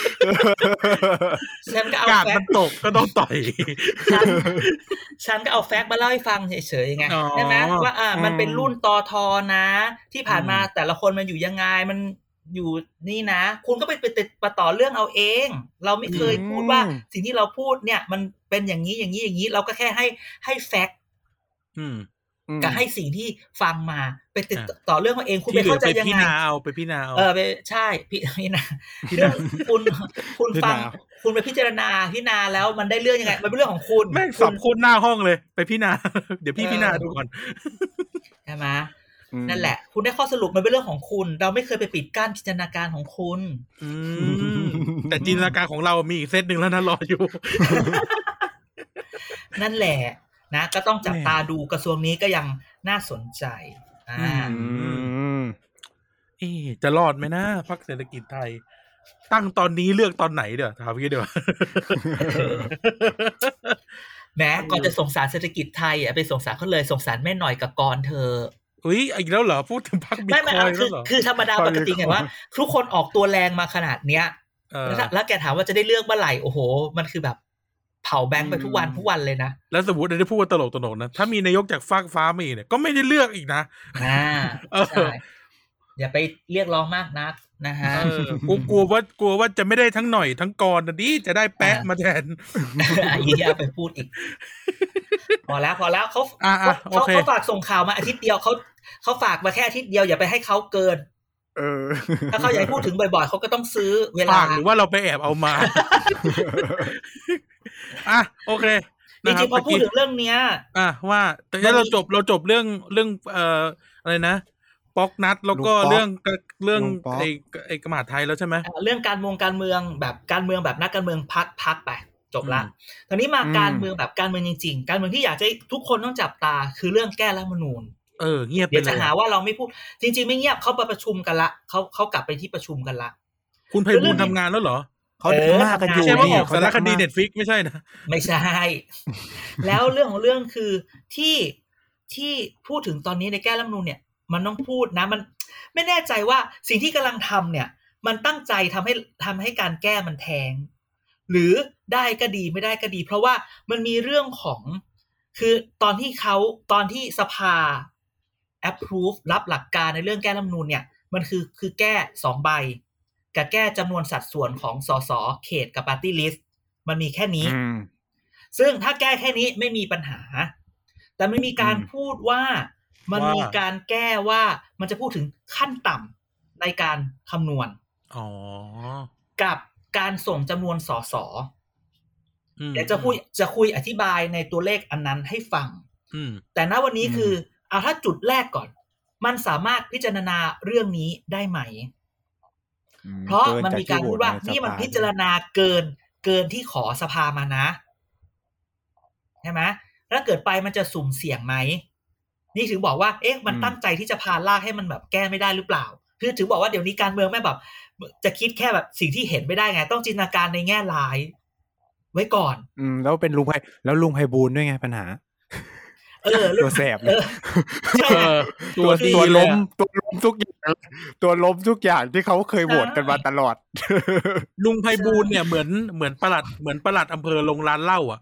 ฉันก็เอาแฟกต์มันตกก็ต้องต่อยฉันก็เอาแฟกต์มาเล่าให้ฟังเฉยๆไงใช่ไหมว่ามันเป็นรุ่นตทนะที่ผ่านมาแต่ละคนมันอยู่ยังไงมันอยู่นี่นะคุณก็ไปต่อเรื่องเอาเองเราไม่เคยพูดว่าสิ่งที่เราพูดเนี่ยมันเป็นอย่างนี้เราก็แค่ให้แฟกต์กับให้สิ่งที่ฟังมาไปติดต่อเรื่องเอาเองคุณไปเข้าใจยังไงไปพิจารณาเอาไปใช่พี่นะเรื่องคุณฟังคุณไปพิจารณาพิจารณาแล้วมันได้เรื่องยังไงมันเป็นเรื่องของคุณแม่งสอบคุณหน้าห้องเลยไปพิจารณาเดี๋ยวพี่พิจารณาดูก่อนใช่ไหมนั่นแหละคุณได้ข้อสรุปมันเป็นเรื่องของคุณเราไม่เคยไปปิดกั้นจินตนาการของคุณแต่จินตนาการของเรามีอีกเซตนึงแล้วนะรออยู่นั่นแหละนะก็ต้องจับตาดูกระทรวงนี้ก็ยังน่าสนใจจะรอดไหมนะพรรคเศรษฐกิจไทยตั้งตอนนี้เลือกตอนไหนเดี๋ยวถามพี่เดี๋ยวแม้ก่อนจะส่งสารเศรษฐกิจไทยไปส่งสารเขาเลยส่งสารแม่หน่อยกับกรเธออีกแล้วเหรอพูดถึงพรรคบิตคอยน์แล้วเหรอคือธรรมดาปกติไงว่าทุกคนออกตัวแรงมาขนาดเนี้ยแล้วแกถามว่าจะได้เลือกเมื่อไหร่โอ้โหมันคือแบบเผาแบงค์ไปทุกวันเลยนะแล้วสมมติได้พูดว่าตลกนะถ้ามีนายกจากฟากฟ้ามาอีกเนี่ยก็ไม่ได้เลือกอีกนะใช่อย่าไปเรียกร้องมากนักนะฮะกลัวว่าจะไม่ได้ทั้งหน่อยทั้งกรนะดิจะได้แปะมาแทนอย่าไปพูดอีกพอแล้วเขาฝากส่งข่าวมาอาทิตย์เดียวเขาฝากมาแค่อาทิตย์เดียวอย่าไปให้เขาเกินถ้าเขาอยากพูดถึงบ่อยๆเขาก็ต้องซื้อเวลาหรือว่าเราไปแอบเอามาโอเคจริงๆพอพูดถึงเรื่องเนี้ยว่าแต่เราจบเรื่องอะไรนะป๊อกนัดแล้วก็เรื่องไอ้กมหาดไทยแล้วใช่ไหมเรื่องการเมืองแบบการเมืองแบบนักการเมืองพักไปจบละตอนนี้มาการเมืองแบบการเมืองจริงๆการเมืองที่อยากให้ทุกคนต้องจับตาคือเรื่องแก้รัฐธรรมนูญเงียบไปเลยเดี๋ยวจะหาว่าเราไม่พูดจริงๆไม่เงียบเขาไปประชุมกันละเขากลับไปที่ประชุมกันละคุณไพบูลย์ทำงานแล้วเหรอเขาเดินหน้ากันอยู่ใช่ว่าออกสารคดี Netflix ไม่ใช่นะไม่ใช่แล้วเรื่องของเรื่องคือที่ที่พูดถึงตอนนี้ในแก้รัฐธรรมนูญเนี่ยมันต้องพูดนะมันไม่แน่ใจว่าสิ่งที่กำลังทำเนี่ยมันตั้งใจทำให้การแก้มันแทงหรือได้ก็ดีไม่ได้ก็ดีเพราะว่ามันมีเรื่องของคือตอนที่สภา approve รับหลักการในเรื่องแก้รัฐธรรมนูญเนี่ยมันคือแก้2ใบกับแก้จำนวนสัดส่วนของสสเขตกับ party list มันมีแค่นี้ซึ่งถ้าแก้แค่นี้ไม่มีปัญหาแต่ไม่มีการพูดว่ามันมีการแก้ว่ามันจะพูดถึงขั้นต่ำในการคำนวณกับการส่งจำนวนสสเดี๋ยวจะคุยอธิบายในตัวเลขอันนั้นให้ฟังแต่ณวันนี้คือเอาถ้าจุดแรกก่อนมันสามารถพิจารณาเรื่องนี้ได้ไหมเพราะมันมีการพูดว่านี่มันพิจารณาเกินที่ขอสภามานะใช่ไหมแล้วเกิดไปมันจะสุ่มเสี่ยงไหมนี่ถึงบอกว่ามันตั้งใจที่จะพาลากให้มันแบบแก้ไม่ได้หรือเปล่าคือถึงบอกว่าเดี๋ยวนี้การเมืองไม่แบบจะคิดแค่แบบสิ่งที่เห็นไม่ได้ไงต้องจินตนาการในแง่ร้ายไว้ก่อนแล้วเป็นลุงไพบูลย์ด้วยไงปัญหาตัวแสบเลยตัวล้มทุกอย่างที่เขาเคยโหวตกันมาตลอดลุงไพบูลย์เนี่ยเหมือนปลัดอำเภอลงร้านเหล้าอ่ะ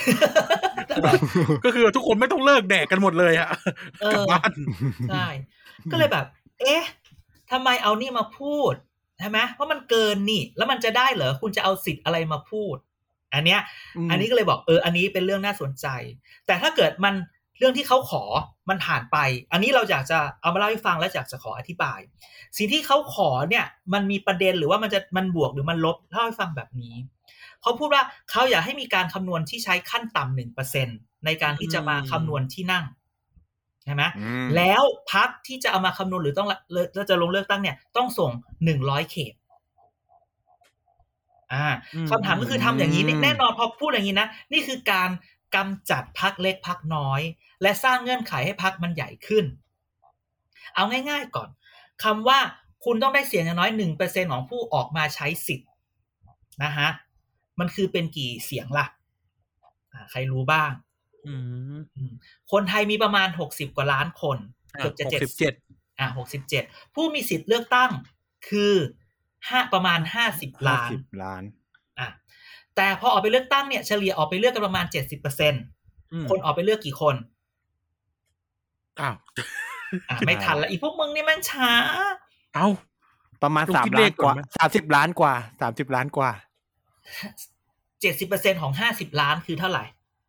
ก็คือทุกคนไม่ต้องเลิกแดกกันหมดเลยอ่ะกลับบ้านใช่ก็เลยแบบทำไมเอานี่มาพูดใช่ไหมเพราะมันเกินนี่แล้วมันจะได้เหรอคุณจะเอาสิทธิ์อะไรมาพูดอันนี้ก็เลยบอกอันนี้เป็นเรื่องน่าสนใจแต่ถ้าเกิดมันเรื่องที่เขาขอมันผ่านไปอันนี้เราอยากจะเอามาเล่าให้ฟังและอยากจะขออธิบายสิ่งที่เขาขอเนี่ยมันมีประเด็นหรือว่ามันบวกหรือมันลบเล่าให้ฟังแบบนี้เขาพูดว่าเขาอยากให้มีการคำนวณที่ใช้ขั้นต่ำ 1% ในการที่จะมาคำนวณที่นั่งใช่ไหมแล้วพรรคที่จะเอามาคำนวณหรือต้องจะลงเลือกตั้งเนี่ยต้องส่ง100เขตคำถามก็คือทำอย่างนี้แน่นอนพอพูดอย่างนี้นะนี่คือการกำจัดพรรคเล็กพรรคน้อยและสร้างเงื่อนไขให้พรรคมันใหญ่ขึ้นเอาง่ายๆก่อนคำว่าคุณต้องได้เสียงอย่างน้อย 1% ของผู้ออกมาใช้สิทธิ์นะฮะมันคือเป็นกี่เสียงล่ะใครรู้บ้างคนไทยมีประมาณ60กว่าล้านคนเกือบจะ67 67ผู้มีสิทธิ์เลือกตั้งคือประมาณ50ล้านแต่พอออกไปเลือกตั้งเนี่ยเฉลี่ยออกไปเลือกกันประมาณ 70% คนออกไปเลือกกี่คนไม่ทันแล้วอีพวกมึงนี่มันช้าประมาณ3ล้านกว่า30ล้านกว่า30ล้านกว่า 70% ของ50ล้านคือเท่าไหร่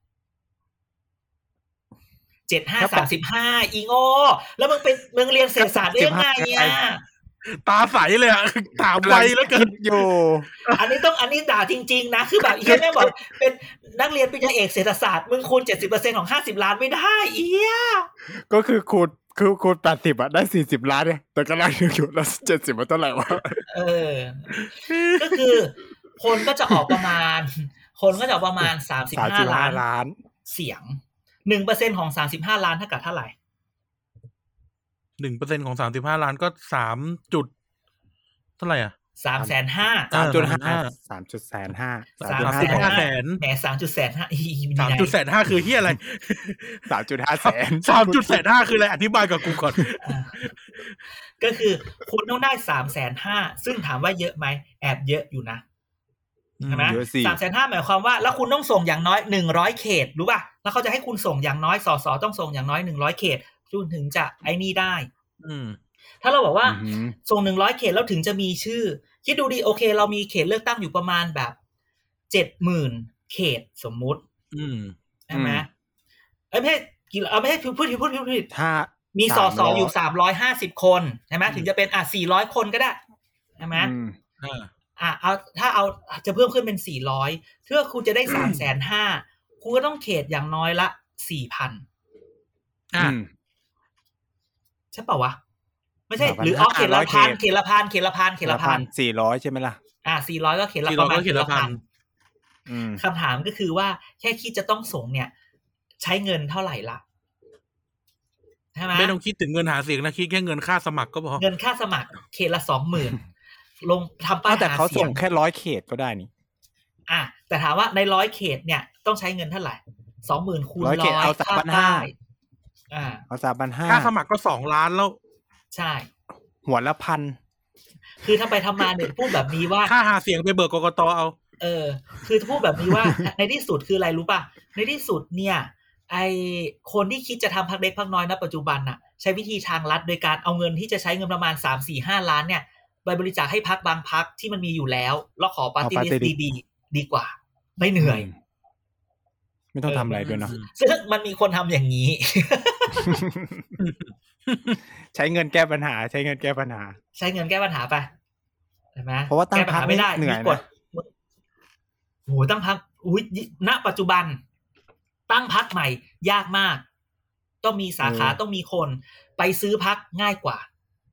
75 35อีโง่แล้วมึงเรียนเศรษฐศาสตร์ได้ยังไงอ่ะตาใสเลยอ่ะถามไวแล้วเกินอยู่อันนี้ด่าจริงๆนะคือแบบอีแม่บอกเป็นนักเรียนปริญญาเอกเศรษฐศาสตร์มึงคูณ 70% ของ50ล้านไม่ได้ก็คือคูณ80อ่ะได้40ล้านเนี่ยแต่กำลังอยู่แล้ว70มันเท่าไหร่วะก็คือคนก็จะออกประมาณ35ล้านเสียง 1% ของ35ล้านเท่ากับเท่าไหร่ 1% ของ35ล้านก็3จุดเท่าไหร่อ่ะ 350,000 3.5แสนแหม 3.5 คือเหี้ยอะไร 3.5 แสน 3.5 คืออะไรอธิบายกับกูก่อนก็คือคุณต้องได้350,000ซึ่งถามว่าเยอะไหมแอบเยอะอยู่นะใช่ไหม350,000หมายความว่าแล้วคุณต้องส่งอย่างน้อย100เขตรู้ป่ะแล้วเขาจะให้คุณส่งอย่างน้อยสสต้องส่งอย่างน้อย100เขตจนถึงจะไอ้นี่ได้ถ้าเราบอกว่าส่ง100เขตแล้วถึงจะมีชื่อคิดดูดิโอเคเรามีเขตเลือกตั้งอยู่ประมาณแบบ 70,000 เขตสมมุติใช่ไหมไม่ใช่พูดถ้ามีสสอยู่350คนใช่ไหมถึงจะเป็น400คนก็ได้ใช่ไหมเอาถ้าเอาจะเพิ่มขึ้นเป็น400เพื่อคุณจะได้ 350,000 คุณก็ต้องเขตอย่างน้อยละ 4,000 ใช่เปล่าวะไม่ใช่หรือเขตละพัน 400ใช่ไหมล่ะ 400ก็เขตละประมาณเขตละพันคำถามก็คือว่าแค่คิดจะต้องส่งเนี่ยใช้เงินเท่าไหร่ล่ะใช่ไหมไม่ต้องคิดถึงเงินหาเสียงนะคิดแค่เงินค่าสมัครก็พอเงินค่าสมัครเขตละ 20,000 ลงทำป้ายหาเสียงแต่เขาส่งแค่100เขตก็ได้นี่แต่ถามว่าใน100เขตเนี่ยต้องใช้เงินเท่าไหร่ 20,000 คูณ 100 เอา 3,500 เอา3,500 ค่าสมัครก็2 ล้านแล้วใช่หัวละ1,000 คือทำไปทำมาเนี่ยพูดแบบนี้ว่าค่าหาเสียงไปเบิกกกตเอาคือพูดแบบนี้ว่า ในที่สุดคืออะไรรู้ป่ะในที่สุดเนี่ยไอคนที่คิดจะทำพรรคเล็กพรรคน้อยณปัจจุบันน่ะใช้วิธีทางลัดโดยการเอาเงินที่จะใช้เงินประมาณ 3-4-5 ล้านเนี่ยไปบริจาคให้พรรคบางพรรคที่มันมีอยู่แล้วแล้วขอปาร์ตี้ลิสต์ดีกว่าไม่เหนื่อยไม่ต้องทำอะไรด้วยเนาะซึ่งมันมีคนทำอย่างนี้ใช้เงินแก้ปัญหาใช้เงินแก้ปัญหาไปใช่ไหมเพราะว่าตั้งพรรคไม่ได้เหนื่อยนะโหตั้งพรรคณปัจจุบันตั้งพรรคใหม่ยากมากต้องมีสาขาต้องมีคนไปซื้อพรรคง่ายกว่า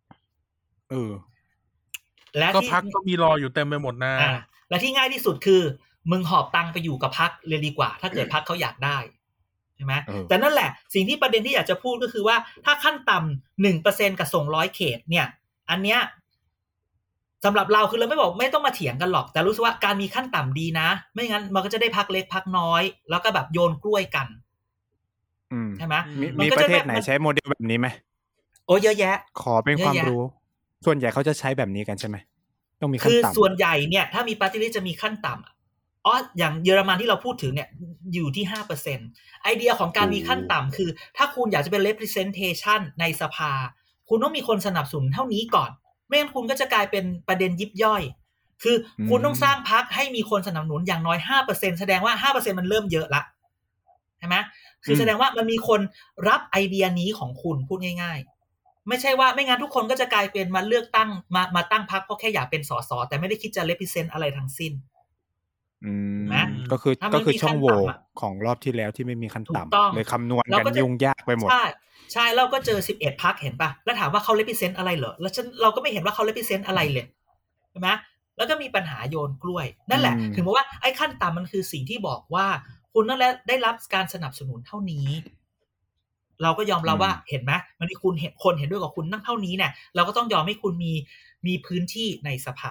และก็พรรคก็มีรออยู่เต็มไปหมดนะและที่ง่ายที่สุดคือมึงหอบตังไปอยู่กับพรรคเลยดีกว่าถ้าเกิดพรรคเขาอยากได้ใช่ไหมแต่นั่นแหละสิ่งที่ประเด็นที่อยากจะพูดก็คือว่าถ้าขั้นต่ำ 1% กับส่ง100เขตเนี่ยอันเนี้ยสำหรับเราคือเราไม่บอกไม่ต้องมาเถียงกันหรอกแต่รู้สึกว่าการมีขั้นต่ำดีนะไม่งั้นมันก็จะได้พรรคเล็กพรรคน้อยแล้วก็แบบโยนกล้วยกันใช่ไหมมีประเทศไหนใช้โมเดลแบบนี้ไหมโอ้เยอะแยะขอเป็นความรู้ส่วนใหญ่เขาจะใช้แบบนี้กันใช่ไหมต้องมีขั้นต่ำคือส่วนใหญ่เนี่ยถ้ามีปาร์ตี้ลิสต์จะมีขั้นต่ำอย่างเยอรมันที่เราพูดถึงเนี่ยอยู่ที่ 5% ไอเดียของการมีขั้นต่ำคือถ้าคุณอยากจะเป็น representation ในสภาคุณต้องมีคนสนับสนุนเท่านี้ก่อนไม่งั้นคุณก็จะกลายเป็นประเด็นยิบย่อยคือคุณต้องสร้างพรรคให้มีคนสนับสนุนอย่างน้อย 5% แสดงว่า 5% มันเริ่มเยอะละใช่ไหมคือแสดงว่ามันมีคนรับไอเดียนี้ของคุณพูดง่ายๆไม่ใช่ว่าไม่งั้นทุกคนก็จะกลายเป็นมาเลือกตั้งมาตั้งพรรคเพราะแค่อยากเป็นสสแต่ไม่ได้คิดจะ represent อะไรทั้งสิ้นก็คือช่องโหว่ของรอบที่แล้วที่ไม่มีขั้นต่ำเลยคำนวณกันยุ่งยากไปหมดใช่เราก็เจอ11พรรคเห็นป่ะแล้วถามว่าเขา represent อะไรเหรอแล้วเราก็ไม่เห็นว่าเขา represent อะไรเลยใช่ไหมแล้วก็มีปัญหาโยนกล้วยนั่นแหละถึงบอกว่าไอ้ขั้นต่ำมันคือสิ่งที่บอกว่าคุณต้องได้รับการสนับสนุนเท่านี้เราก็ยอมรับว่าเห็นไหมมันมีคนเห็นด้วยกับคุณตั้งเท่านี้เนี่ยเราก็ต้องยอมให้คุณมีพื้นที่ในสภา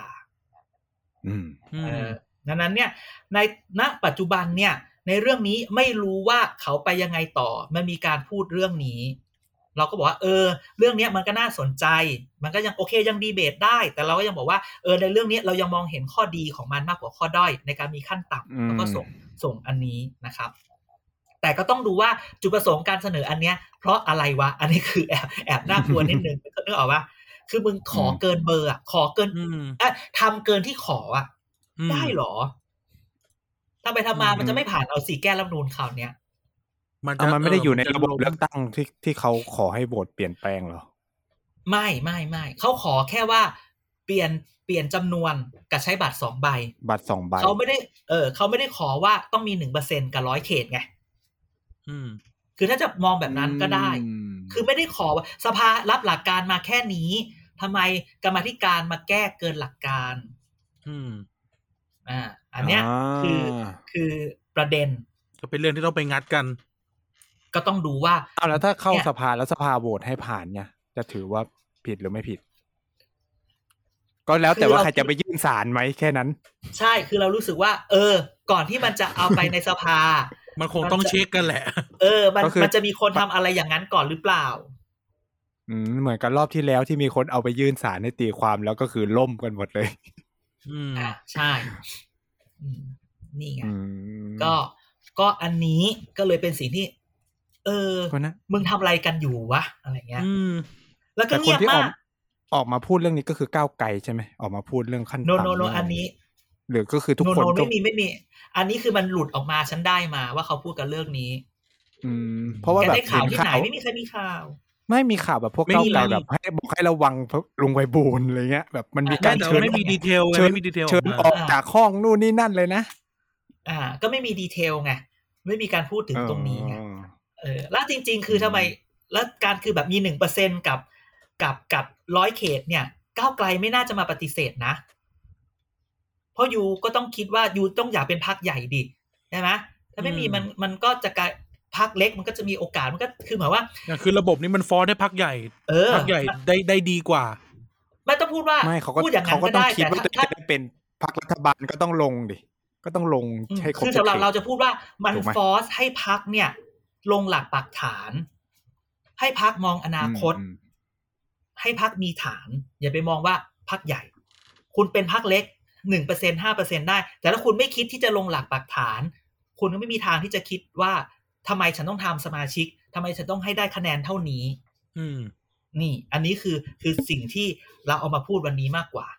นั้นเนี่ยในณปัจจุบันเนี่ยในเรื่องนี้ไม่รู้ว่าเขาไปยังไงต่อมันมีการพูดเรื่องนี้เราก็บอกว่าเรื่องนี้มันก็น่าสนใจมันก็ยังโอเคยังดีเบตได้แต่เราก็ยังบอกว่าในเรื่องนี้เรายังมองเห็นข้อดีของมันมากกว่าข้อด้อยในการมีขั้นต่ำแล้วก็ส่งอันนี้นะครับแต่ก็ต้องดูว่าจุดประสงค์การเสนออันเนี้ยเพราะอะไรวะอันนี้คือแอบน่ากลัวนิดนึงนึกออกป่ะคือมึงขอเกินเบอร์ขอเกินทำเกินที่ขอได้หรอทำไปทำมามันจะไม่ผ่านเอา4แก้รัฐธรรมนูญคราวเนี้ยมันไม่ได้อยู่ในระบบเลือกตั้งที่เขาขอให้โหวตเปลี่ยนแปลงหรอไม่เขาขอแค่ว่าเปลี่ยนจำนวนกับใช้บัตร2ใบเขาไม่ได้ขอว่าต้องมี 1% กับ100เขตไงคือถ้าจะมองแบบนั้นก็ได้คือไม่ได้ขอสภารับหลักการมาแค่นี้ทำไมกรรมาธิการมาแก้เกินหลักการอันเนี้ยคือประเด็นก็เป็นเรื่องที่ต้องไปงัดกันก็ต้องดูว่าแล้วถ้าเข้าสภาแล้วสภาโหวตให้ผ่านเนี่ยจะถือว่าผิดหรือไม่ผิดก็แล้วแต่ว่าใครจะไปยื่นศาลไหมแค่นั้นใช่คือเรารู้สึกว่าก่อนที่มันจะเอาไปในสภามันคงต้องเช็คกันแหละมันจะมีคนทำอะไรอย่างนั้นก่อนหรือเปล่าเหมือนกันรอบที่แล้วที่มีคนเอาไปยื่นศาลให้ตีความแล้วก็คือล่มกันหมดเลยใช่นี่ไงก็อันนี้ก็เลยเป็นสิ่งที่มึงทำอะไรกันอยู่วะอะไรเงี้ยแล้วก็เงียบมากออกมาพูดเรื่องนี้ก็คือก้าวไกลใช่ไหมออกมาพูดเรื่องขั้นต่ำโนอันนี้หรือก็คือทุกคนไม่มีอันนี้คือมันหลุดออกมาฉันได้มาว่าเขาพูดกันเรื่องนี้เพราะว่าแบบได้ข่าวที่ไหนไม่มีใครมีข่าวไม่มีข่าวแบบพวกก้าวไกลแบบให้ระวังลุงไวบูลอะไรเงี้ยแบบมันมีการเชิญไม่มีดีเทลเชิญออกจากห้องนู่นนี่นั่นเลยนะก็ไม่มีดีเทลไงไม่มีการพูดถึงตรงนี้ไงแล้วจริงๆคือทำไมแล้วการคือแบบมี 1% กับ100เขตเนี่ยก้าวไกลไม่น่าจะมาปฏิเสธนะเพราะยูก็ต้องคิดว่ายูต้องอยากเป็นพรรคใหญ่ดิใช่ไหมถ้าไม่มีมันก็จะกลายพรรคเล็กมันก็จะมีโอกาสมันก็คือหมายว่าคือระบบนี้มันฟอร์สให้พรรคใหญ่พรรคใหญ่ได้ดีกว่าไม่ต้องพูดว่าพูดอย่างนั้นก็ได้แต่ถ้าจะเป็นพรรครัฐบาลก็ต้องลงดิก็ต้องลงให้ครบคือสำหรับเราจะพูดว่ามันฟอร์สให้พรรคเนี่ยลงหลักปักฐานให้พรรคมองอนาคตให้พรรคมีฐานอย่าไปมองว่าพรรคใหญ่คุณเป็นพรรคเล็ก 1% 5% ได้แต่ถ้าคุณไม่คิดที่จะลงหลักปักฐานคุณก็ไม่มีทางที่จะคิดว่าทำไมฉันต้องทำสมาชิกทำไมฉันต้องให้ได้คะแนนเท่านี้นี่อันนี้คือสิ่งที่เราเอามาพูดวันนี้มากกว่า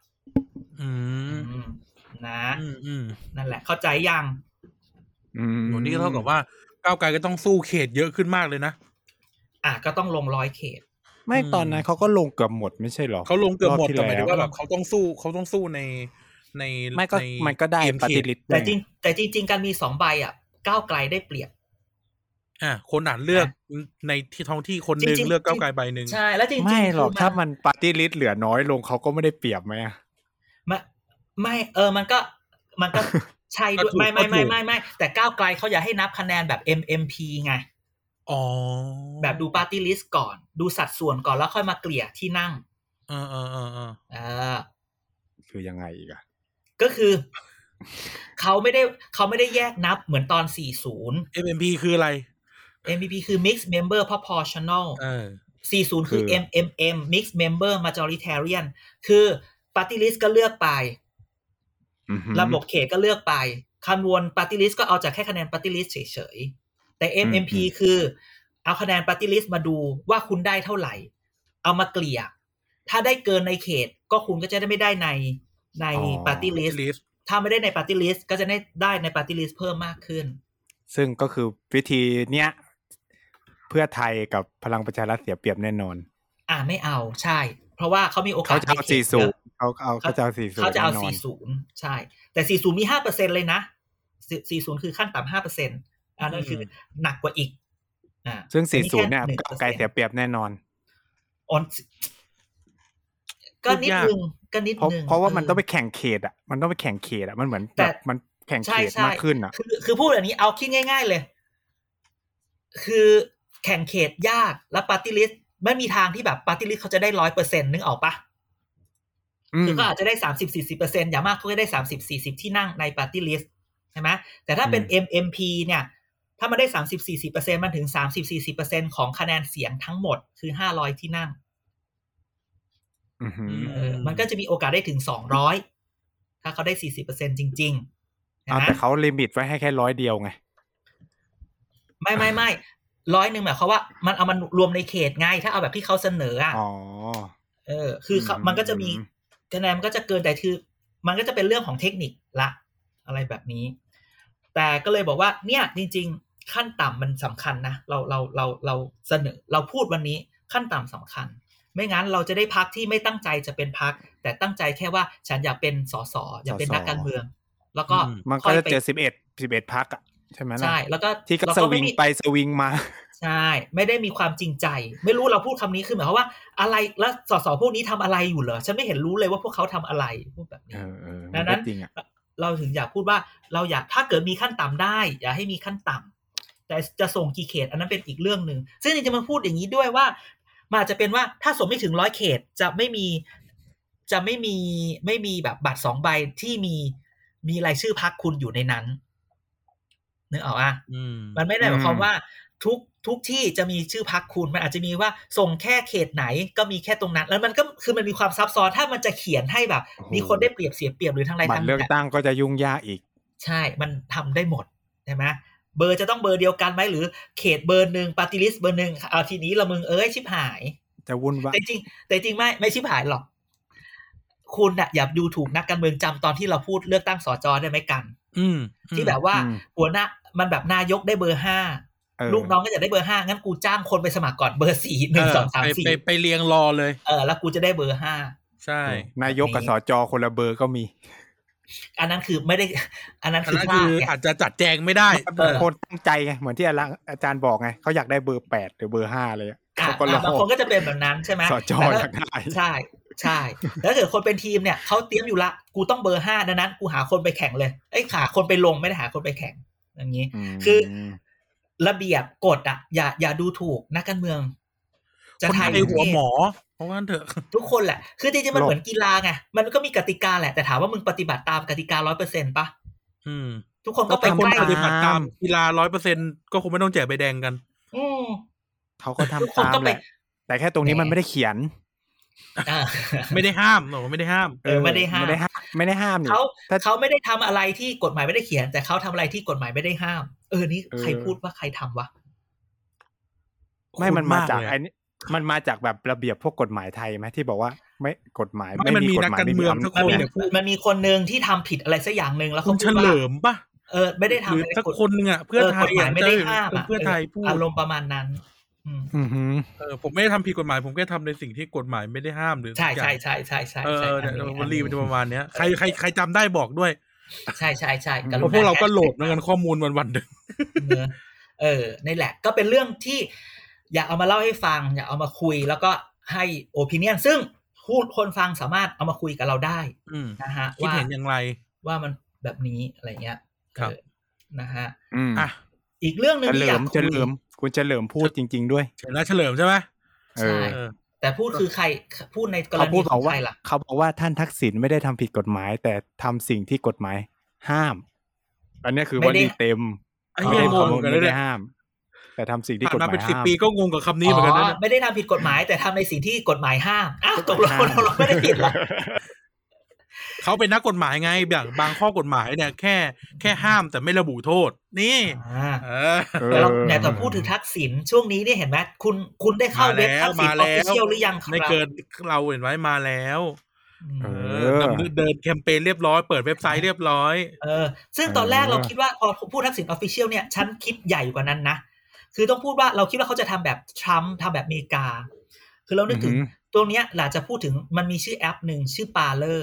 นะนั่นแหละเข้าใจยังวันนี้ก็เท่ากับว่าก้าวไกลก็ต้องสู้เขตเยอะขึ้นมากเลยนะก็ต้องลง100เขตไม่ตอนนั้นเขาก็ลงเกือบหมดไม่ใช่หรอเขาลงเกือบหมดแต่หมายถึงว่าแบบเขาต้องสู้ในไม่ก็มันก็ได้ปฏิริษีแต่จริงการมี2ใบก้าวไกลได้เปรียบคนอ่านเลือกในที่ท้องที่คนนึงเลือกก้าวไกลใบนึงใช่แล้วจริงๆไม่หรอกถ้ามันปฏิริษีเหลือน้อยลงเขาก็ไม่ได้เปรียบมั้ยไม่มันก็ใช่ด้วยไม่แต่ก้าวไกลเขาอยากให้นับคะแนนแบบ MMP ไงแบบดูปาร์ตี้ลิสต์ก่อนดูสัดส่วนก่อนแล้วค่อยมาเกลี่ยที่นั่งคือยังไงอีกก็คือเขาไม่ได้แยกนับเหมือนตอน40 MMP คืออะไร MMP คือ Mixed Member Proportional 40คือ MMM Mixed Member Majoritarian คือ Party List ก็เลือกไประบบเขตก็เลือกไปคำนวณ Party List ก็เอาจากแค่คะแนน Party List เฉยๆแต่ MMP คือเอาคะแนน Party List มาดูว่าคุณได้เท่าไหร่เอามาเกลี่ยถ้าได้เกินในเขตก็คุณก็จะได้ไม่ได้ใน Party List ถ้าไม่ได้ใน Party List ก็จะได้ใน Party List เพิ่มมากขึ้นซึ่งก็คือวิธีเนี้ยเพื่อไทยกับพลังประชารัฐเสียเปรียบแน่นอนไม่เอาใช่เพราะว่าเขามีโอกาสเขาจะเอา40เขาจะเอา 40ใช่แต่40มี 5% เลยนะ40คือขั้นต่ำ 5% นั่นคือหนักกว่าอีกซึ่ง40เนี่ยก้าวไกลเสียเปรียบแน่นอนก็นิดนึงเพราะว่ามันต้องไปแข่งเขตมันต้องไปแข่งเขตมันเหมือนแบบมันแข่งเขตมากขึ้นคือพูดแบบนี้เอาคิดง่ายๆเลยคือแข่งเขตยากแล้วปาร์ตี้ลิสต์ไม่มีทางที่แบบปาร์ตี้ลิสต์เขาจะได้ 100% นึกออกปะคือก็อาจจะได้ 30-40% อย่างมากเขาจะได้ 30-40 ที่นั่งในปาร์ตี้ลิสต์ใช่ไหมแต่ถ้าเป็น MMP เนี่ยถ้ามันได้ 30-40% มันถึง 30-40% ของคะแนนเสียงทั้งหมดคือ500ที่นั่งมันก็จะมีโอกาสได้ถึง200ถ้าเขาได้ 40% จริงๆแต่เขาลิมิตไว้ให้แค่100เดียวไงไม่100นึงหมายความว่ามันเอามันรวมในเขตไงถ้าเอาแบบที่เขาเสนอคือมันก็จะมีคะแนนมันก็จะเกินแต่คือมันก็จะเป็นเรื่องของเทคนิคละอะไรแบบนี้แต่ก็เลยบอกว่าเนี่ยจริงๆขั้นต่ำมันสำคัญนะเราเสนอเราพูดวันนี้ขั้นต่ำสำคัญไม่งั้นเราจะได้พรรคที่ไม่ตั้งใจจะเป็นพรรคแต่ตั้งใจแค่ว่าฉันอยากเป็นสสอยากเป็นนักการเมืองแล้วก็มันก็จะเจอ11พรรคใช่ไหมใช่แล้วก็ที่ก็สวิงไปสวิงมาใช่ไม่ได้มีความจริงใจไม่รู้เราพูดคำนี้คือหมายความว่าอะไรแล้วสสพวกนี้ทำอะไรอยู่เหรอฉันไม่เห็นรู้เลยว่าพวกเขาทำอะไรพูดแบบนี้ดังนั้นเราถึงอยากพูดว่าเราอยากถ้าเกิดมีขั้นต่ำได้อย่าให้มีขั้นต่ำแต่จะส่งกี่เขตอันนั้นเป็นอีกเรื่องนึงซึ่งจริงๆมันพูดอย่างนี้ด้วยว่ามันอาจจะเป็นว่าถ้าส่งไม่ถึง100เขตจะไม่มีแบบบัตร2ใบที่มีรายชื่อพรรคคุณอยู่ในนั้นนึกออกมันไม่ได้หมายความว่าทุกที่จะมีชื่อพรรคคุณมันอาจจะมีว่าส่งแค่เขตไหนก็มีแค่ตรงนั้นแล้วมันก็คือมันมีความซับซ้อนถ้ามันจะเขียนให้แบบมีคนได้เปรียบเสียเปรียบหรือทั้งไรทั้งบัตรเลือกตั้งก็จะยุ่งยากอีกใช่มันทำได้หมดใช่ไหมเบอร์จะต้องเบอร์เดียวกันไหมหรือเขตเบอร์นึงปาร์ตี้ลิสต์เบอร์นึงเอาทีนี้ละมึงชิบหายจะวุ่นวายแต่จริงไม่ชิบหายหรอกคุณน่ะอย่าดูถูกนักการเมืองจำตอนที่เราพูดเลือกตั้งสจได้ไหมกันที่แบบว่าหัวหน้ามันแบบนายกได้เบอร์5ลูกน้องก็จะได้เบอร์5งั้นกูจ้างคนไปสมัครก่อนเบอร์4 1 2 3 4 ไปเรียงรอเลยแล้วกูจะได้เบอร์5 ใช่นายกกับสจคนละเบอร์ก็มีอันนั้นคือไม่ได้อันนั้นคืออาจจะจัดแจงไม่ได้คนตั้งใจไงเหมือนที่อาจารย์บอกไงเขาอยากได้เบอร์8หรือเบอร์5เลยบางคนก็จะเป็นแบบนั้นใช่ไหมสจอยากได้ใช่แล้วถ้าคนเป็นทีมเนี่ยเขาเตรียมอยู่ละกูต้องเบอร์5ดังนั้นกูหาคนไปแข่งเลยหาคนไปลงไม่ได้หาคนไปแข่งอย่างนี้คือระเบียบกฎอย่าดูถูกนักการเมืองจะทายหัวหมอเพราะว่าเถอะทุกคนแหละคือจริงๆมันเหมือนกีฬาไงมันก็มีกติกาแหละแต่ถามว่ามึงปฏิบัติตามกติกา 100% ป่ะทุกคนก็ไปปฏิบัติตามกีฬา 100% ก็คงไม่ต้องแจกใบแดงกันเขาก็ทำตามแหละแต่แค่ตรงนี้มันไม่ได้เขียนไม่ได้ห้ามหรอไม่ได้ห้ามไม่ได้ห้ามนี่เขาไม่ได้ทำอะไรที่กฎหมายไม่ได้เขียนแต่เขาทำอะไรที่กฎหมายไม่ได้ห้ามนี่ใครพูดว่าใครทำวะไม่มันมาจากไอ้นี่มันมาจากแบบระเบียบพวกกฎหมายไทยไหมที่บอกว่าไม่กฎหมายไม่มีกฎหมายไม่มีมันมีคนนึงที่ทำผิดอะไรสักอย่างนึงแล้วเขาเฉลิมป่ะไม่ได้ทำอะไรสักคนนึงอ่ะเพื่อไทยไม่ได้ห้ามเพื่อไทยพูดอารมณ์ประมาณนั้นผมไม่ได้ทำผิดกฎหมายผมแค่ทำในสิ่งที่กฎหมายไม่ได้ห้ามหรือใช่วันรีมันจะประมาณนี้ใครจำได้บอกด้วยใช่เพราะพวกเราก็โหลดเหมือนกันข้อมูลวันๆนึงนี่แหละก็เป็นเรื่องที่อยากเอามาเล่าให้ฟังอยากเอามาคุยแล้วก็ให้โอปิเนียนซึ่งคนฟังสามารถเอามาคุยกับเราได้นะฮะคิดเห็นอย่างไรว่ามันแบบนี้อะไรเงี้ยนะฮะอีกเรื่องนึงที่อยากคุยคุณเฉลิมพูดจริงๆด้วยเฉลิมใช่ไหมใช่แต่พูดคือใครพูดในกรณีของใครล่ะเขาบอกว่าท่านทักษิณไม่ได้ทำผิดกฎหมายแต่ทำสิ่งที่กฎหมายห้ามอันนี้คือวลีเต็มไม่ได้ห้ามแต่ทำสิ่งที่กฎหมายห้ามมาเป็น10 ปีก็งงกับคำนี้เหมือนกันนะไม่ได้ทำผิดกฎหมายแต่ทำในสิ่งที่กฎหมายห้ามตกลงเราไม่ได้ผิดหรอเขาเป็นนักกฎหมายไงบางข้อกฎหมายเนี่ยแค่ห้ามแต่ไม่ระบุโทษนี่แต่พูดถึงทักษิณช่วงนี้เนี่ยเห็นไหมคุณได้เข้าเว็บทักษิณ Official หรือยังครับไม่เกินเราเห็นไว้มาแล้วเดินแคมเปญเรียบร้อยเปิดเว็บไซต์เรียบร้อยซึ่งตอนแรกเราคิดว่าพอพูดทักษิณ Official เนี่ยฉันคิดใหญ่กว่านั้นนะคือต้องพูดว่าเราคิดว่าเขาจะทำแบบทรัมป์ทำแบบอเมริกาคือเรานึกถึงตัวเนี้ยหลังจะพูดถึงมันมีชื่อแอปหนึ่งชื่อ Parler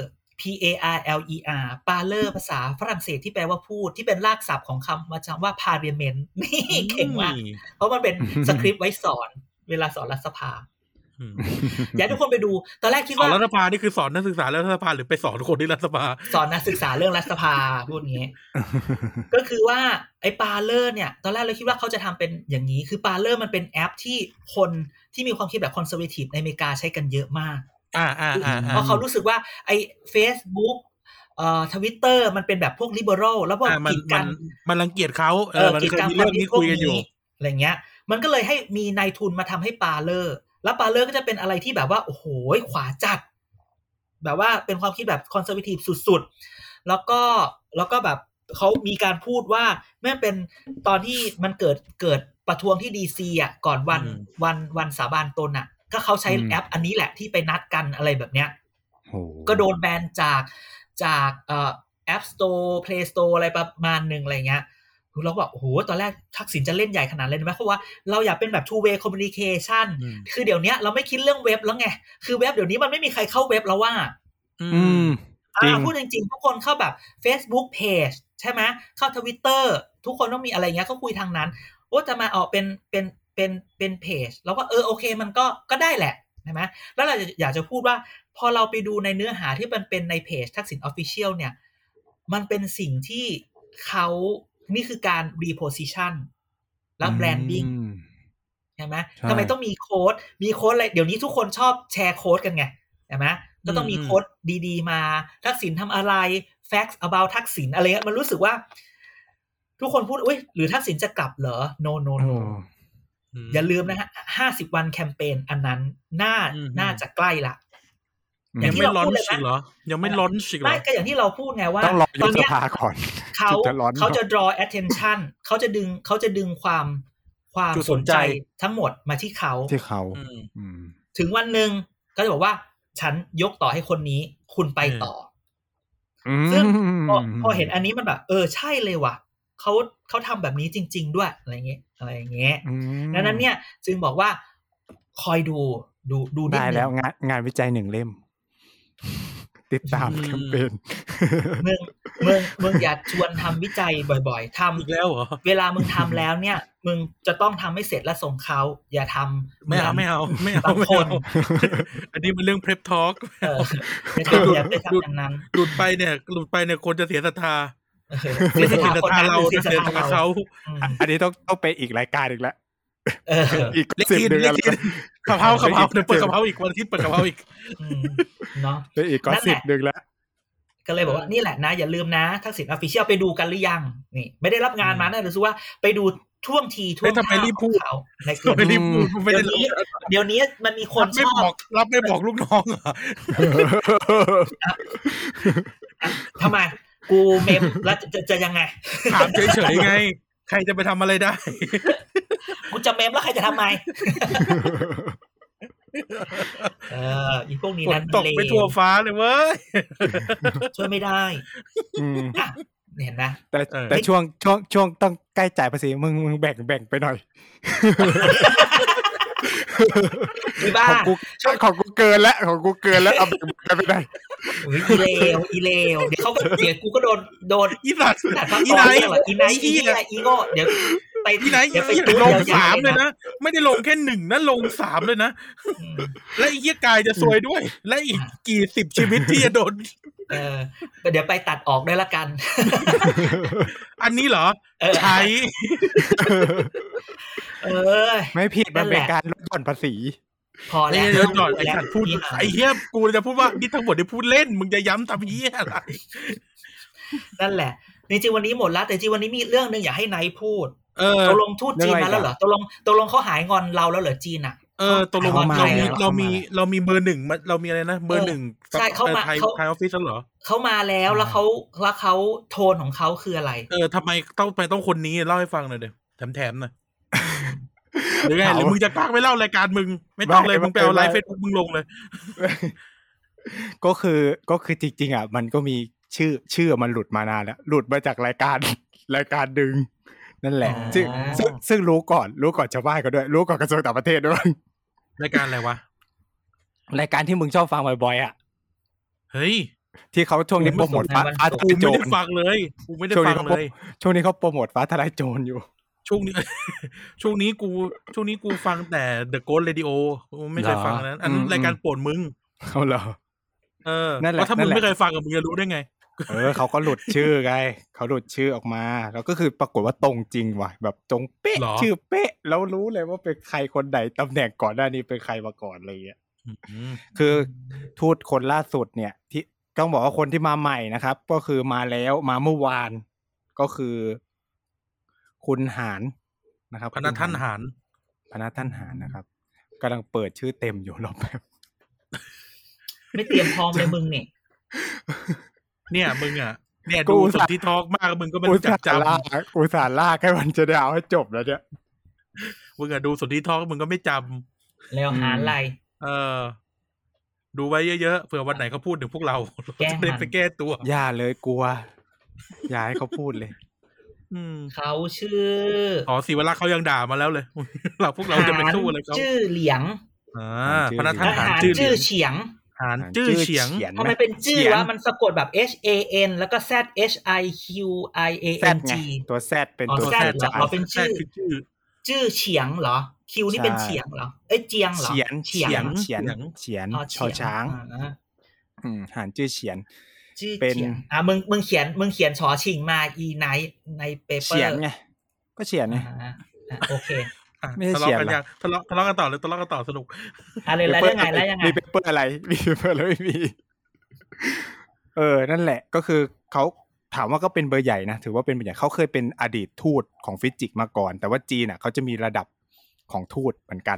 Parler Parler ภาษาฝรั่งเศสที่แปลว่าพูดที่เป็นรากศัพท์ของคำมาจากว่า Parliament นี่เก่งมากเพราะมันเป็นสคริปต์ไว้สอนเวลาสอนรัฐสภาอยากให้ทุกคนไปดูตอนแรกคิดว่ารัฐสภานี่คือสอนนักศึกษารัฐสภาหรือไปสอนคนที่รัฐสภาสอนนักศึกษาเรื่องรัฐสภาพูดงี้ ก็คือว่าไอ้ Parler เนี่ยตอนแรกเราคิดว่าเขาจะทำเป็นอย่างนี้คือ Parler มันเป็นแอปที่คนที่มีความคิดแบบคอนเซอร์เวทีฟในอเมริกาใช้กันเยอะมากเพราะเขารู้สึกว่าไอ้ Facebook Twitter มันเป็นแบบพวก liberal แล้วพวกกีดกันมันรังเกียจเขามันเคยมีเรื่องนี้คุยกันอยู่อะไรเงี้ยมันก็เลยให้มีนายทุนมาทำให้ Parlerแล้วParlerก็จะเป็นอะไรที่แบบว่าโอ้โหขวาจัดแบบว่าเป็นความคิดแบบคอนเซอร์เวทีฟสุดๆแล้วก็แบบเขามีการพูดว่าแม่เป็นตอนที่มันเกิดประท้วงที่ DC อ่ะก่อนวันสาบานตนอ่ะก็เขาใช้แอปอันนี้แหละที่ไปนัดกันอะไรแบบเนี้ยก็โดนแบนจากApp Store Play Store อะไรประมาณนึงอะไรเงี้ยเราก็บอกโอ้โหตอนแรกทักษิณจะเล่นใหญ่ขนาดเลยไหมเพราะว่าเราอยากเป็นแบบ two way communication คือเดี๋ยวนี้เราไม่คิดเรื่องเว็บแล้วไงคือเว็บเดี๋ยวนี้มันไม่มีใครเข้าเว็บแล้วว่าพูดจริงๆทุกคนเข้าแบบ Facebook Page ใช่ไหมเข้า Twitter ทุกคนต้องมีอะไรเงี้ยเขาคุยทางนั้นโอ้จะมาออกเป็นเพจแล้วก็โอเคมันก็ได้แหละใช่ไหมแล้วเราอยากจะพูดว่าพอเราไปดูในเนื้อหาที่มันเป็นในเพจทักษิณ Official เนี่ยมันเป็นสิ่งที่เขานี่คือการ reposition แล้ว branding ใช่ไหมทำไมต้องมีโค้ดอะไรเดี๋ยวนี้ทุกคนชอบแชร์โค้ดกันไงใช่ไหมก็ต้องมีโค้ดดีๆมาทักษิณทำอะไร facts about ทักษิณอะไรเงี้ยมันรู้สึกว่าทุกคนพูดอุ๊ยหรือทักษิณจะกลับเหรอ no อย่าลืมนะฮะ50 วันแคมเปญอันนั้นน่าจะใกล้ละยังไม่ร้อนสิเหรอยังไม่ร้อนสิเหรอไม่ก็อย่างที่เราพูดไงว่าตอนนี้เขาจะ draw attention เขาจะดึงความสนใจทั้งหมดมาที่เขาถึงวันนึงก็จะบอกว่าฉันยกต่อให้คนนี้คุณไปต่อซึ่งพอเห็นอันนี้มันแบบใช่เลยว่ะเขาทำแบบนี้จริงๆด้วยอะไรเงี้ยดังนั้นเนี่ยจึงบอกว่าคอยดูได้แล้วงานวิจัย1 เล่มติดตามแคมเปญมึงอย่าชวนทำวิจัยบ่อยๆทำอีกแล้วเหรอเวลามึงทำแล้วเนี่ยมึงจะต้องทำให้เสร็จแล้วส่งเขาอย่าทำไม่เอาบางคนอันนี้มันเรื่อง prep talk อย่าไปทำอย่างนั้นหลุดไปเนี่ยคนจะเสียศรัทธาเสียศรัทธาเราเสียศรัทธาเขาอันนี้ต้องไปอีกรายการอีกแล้วอีก 10 เดือนกะเพราเดี๋ยวเปิดกะเพราอีกวันอาทิตย์เปิดกะเพราอีกเนาะไปอีกก็10 เดือนแล้วก็เลยบอกว่านี่แหละนะอย่าลืมนะทักษิณ Official ไปดูกันหรือยังนี่ไม่ได้รับงานมานะหรือว่าไปดูท่วงทีท่วงทำไมรีบพูดเขาในเกินรีบพูดไม่ได้เดี๋ยวนี้มันมีคนชอบรับไม่บอกลูกน้องเหรอทำไมกูเมมแล้วจะยังไงถามเฉยๆไงใครจะไปทำอะไรได้กูจะเมมแล้วใครจะทำไมอีพวกนี้นั้นตกไปทั่วฟ้าเลยเว้ยช่วยไม่ได้เห็นนะแต่ช่วงต้องใกล้จ่ายภาษีมึงแบ่งไปหน่อยของกูเกินแล้วเอาแบ่งไปได้อีเลวเดี๋ยวกูก็โดนอีสัตว์อีไนอีโง่เดี๋ยวไปอีไนลง3เลยนะไม่ได้ลงแค่1นะลง3เลยนะและอีเหี้ยกายจะซวยด้วยและอีกกี่10ชีวิตที่จะโดนเดี๋ยวไปตัดออกได้ละกันอันนี้เหรอใช้ไม่ผิดมันเป็นการลดหย่อนภาษีพอแล้วเดี๋ยวก่อนไอ้สัตว์พูดไอ้เหี้ยกูจะพูดว่านี่ทั้งหมดได้พูดเล่นมึงจะย้ำทำเหี้ยอะไรนั่นแหละจริงๆวันนี้หมดแล้วแต่จริงวันนี้มีเรื่องนึงอยากให้ไนท์พูดตกลงทูตจีนมาแล้วเหรอตกลงเขาหายงอนเราแล้วเหรอจีนอ่ะตกลงเรามีเบอร์ 1เรามีอะไรนะเบอร์ 1 ใช่เข้ามาไทยออฟฟิศแล้วเหรอเขามาแล้วเขาโทนของเขาคืออะไรทำไมต้องคนนี้เล่าให้ฟังหน่อยเดี๋ยวแถมๆหน่อยหรือไงหรือมึงจะตั้งไม่เล่ารายการมึงไม่ต้องเลยมึงไปเอาไลฟ์ Facebook มึงลงเลยก็คือจริงๆอ่ะมันก็มีชื่อมันหลุดมานานแล้วหลุดมาจากรายการดึงนั่นแหละซึ่งรู้ก่อนชาวบ้านก็ด้วยรู้ก่อนกระทรวงต่างประเทศด้วยรายการอะไรวะรายการที่มึงชอบฟังบ่อยๆอ่ะเฮ้ยที่เขาช่วงนี้โปรโมทฟ้าทลายโจรไม่ได้ฟังเลยกูไม่ได้ฟังเลยช่วงนี้เขาโปรโมทฟ้าทลายโจรอยู่ช่วงนี้กูฟังแต่ The Ghost Radio ไม่เคยฟังนั้นอันรายการโปรดมึงเขาเหรอนั่นแหละถ้ามึงไม่เคยฟังมึงจะรู้ได้ไงเขาก็หลุดชื่อไงเขาหลุดชื่อออกมาแล้วก็คือปรากฏว่าตรงจริงว่ะแบบตรงเป๊ะชื่อเป๊ะแล้วรู้เลยว่าเป็นใครคนไหนตำแหน่งก่อนหน้านี้เป็นใครมาก่อนอะไรอย่างเงี้ยคือทูตคนล่าสุดเนี่ยที่ต้องบอกว่าคนที่มาใหม่นะครับก็คือมาเมื่อวานก็คือคุณหานนะครับพนักท่านหานนะครับกำลังเปิดชื่อเต็มอยู่รอบแบบไม่เตรียมพร้อมเลยมึงเนี่ยมึงอ่ะเนี่ยดูสุดที่ทอล์กมากมึงก็ไม่รู้จักจำอุตส่าห์ลากให้มันจะได้เอาให้จบแล้วเนี่ยมึงอ่ะดูสุดที่ทอล์กมึงก็ไม่จำแล้วหาอะไรดูไว้เยอะๆเผื่อวันไหนเขาพูดถึงพวกเราจะได้ไปแก้ตัวอย่าเลยกลัวอย่าให้เขาพูดเลยเขาชื่อศิวรักษ์เขายังด่ามาแล้วเลยพวกเราจะไปสู้อะไรเขาชื่อเหลียงพนักท่านหานชื่อเฉียงหานจื้อเฉียงทำไมเป็นจื้อวะมันสะกดแบบ HAN แล้วก็ ZHIQIANG ตัว Z เป็นตัว Z เหรอเอาเป็นชื่อเฉียงเหรอคิวนี่เป็นเฉียงเหรอเจียงเหรอเฉียงชอช้างหานจื้อเฉียงเป็นมึงเขียนชอชิงมาอีไนท์ในเปเปอร์เฉียงไงก็เฉียงไงโอเคไม่ทะเลาะกันยังทะเลาะกันต่อเลยทะเลาะกันต่อสนุกอะไรแล้วยังไงมีเปเปอร์อะไรมีเปเปอร์แล้วไม่มีนั่นแหละก็คือเขาถามว่าก็เป็นเบอร์ใหญ่นะถือว่าเป็นเบอร์ใหญ่เขาเคยเป็นอดีตทูตของฟิจิกมาก่อนแต่ว่าจีนอ่ะเขาจะมีระดับของทูตเหมือนกัน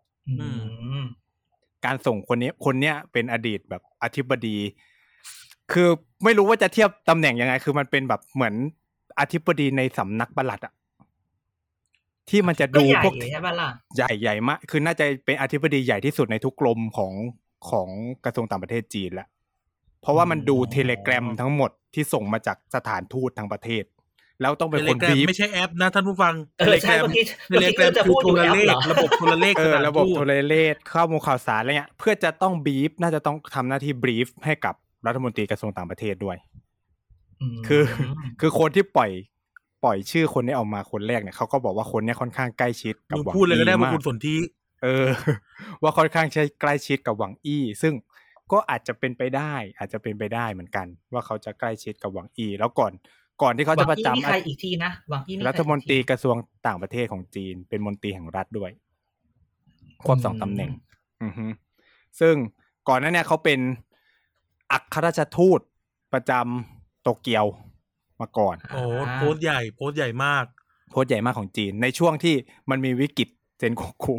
การส่งคนนี้เป็นอดีตแบบอธิบดีคือไม่รู้ว่าจะเทียบตำแหน่งยังไงคือมันเป็นแบบเหมือนอธิบดีในสำนักปลัดอ่ะที่มันจะดูพวกใหญ่มากคือน่าจะเป็นอธิบดีใหญ่ที่สุดในทุกกรมของกระทรวงต่างประเทศจีนแล้วเพราะว่ามันดูเทเลแกรมทั้งหมดที่ส่งมาจากสถานทูตทางประเทศแล้วต้องเป็นคนบีฟไม่ใช่แอปนะท่านผู้ฟังเทเลแกรมคือโทรเลขระบบโทรเลขระบบโทรเลขข้อมูลข่าวสารอะไรเงี้ยเพื่อจะต้องบีฟน่าจะต้องทำหน้าที่บีฟให้กับรัฐมนตรีกระทรวงต่างประเทศด้วยคือคนที่ปล่อยชื่อคนนี้ออกมาคนแรกเนี่ยเขาก็บอกว่าคนนี้ค่อนข้างใกล้ชิดกับหวังอี้มากพูดเลยก็ได้ว่าคุณสนธิว่าค่อนข้างใกล้ชิดกับหวังอี้ซึ่งก็อาจจะเป็นไปได้เหมือนกันว่าเขาจะใกล้ชิดกับหวังอี้แล้วก่อนที่เขาจะประจำใครอีกทีนะหวังอี้รัฐมนตรีกระทรวงต่างประเทศของจีนเป็นมนตรีแห่งรัฐด้วยควบ2ตำแหน่งซึ่งก่อนหน้านี้เขาเป็นอัครราชทูตประจำโตเกียวมาก่อนโอ้โพสต์ใหญ่มากโพสต์ใหญ่มากของจีนในช่วงที่มันมีวิกฤตเซนโกคุ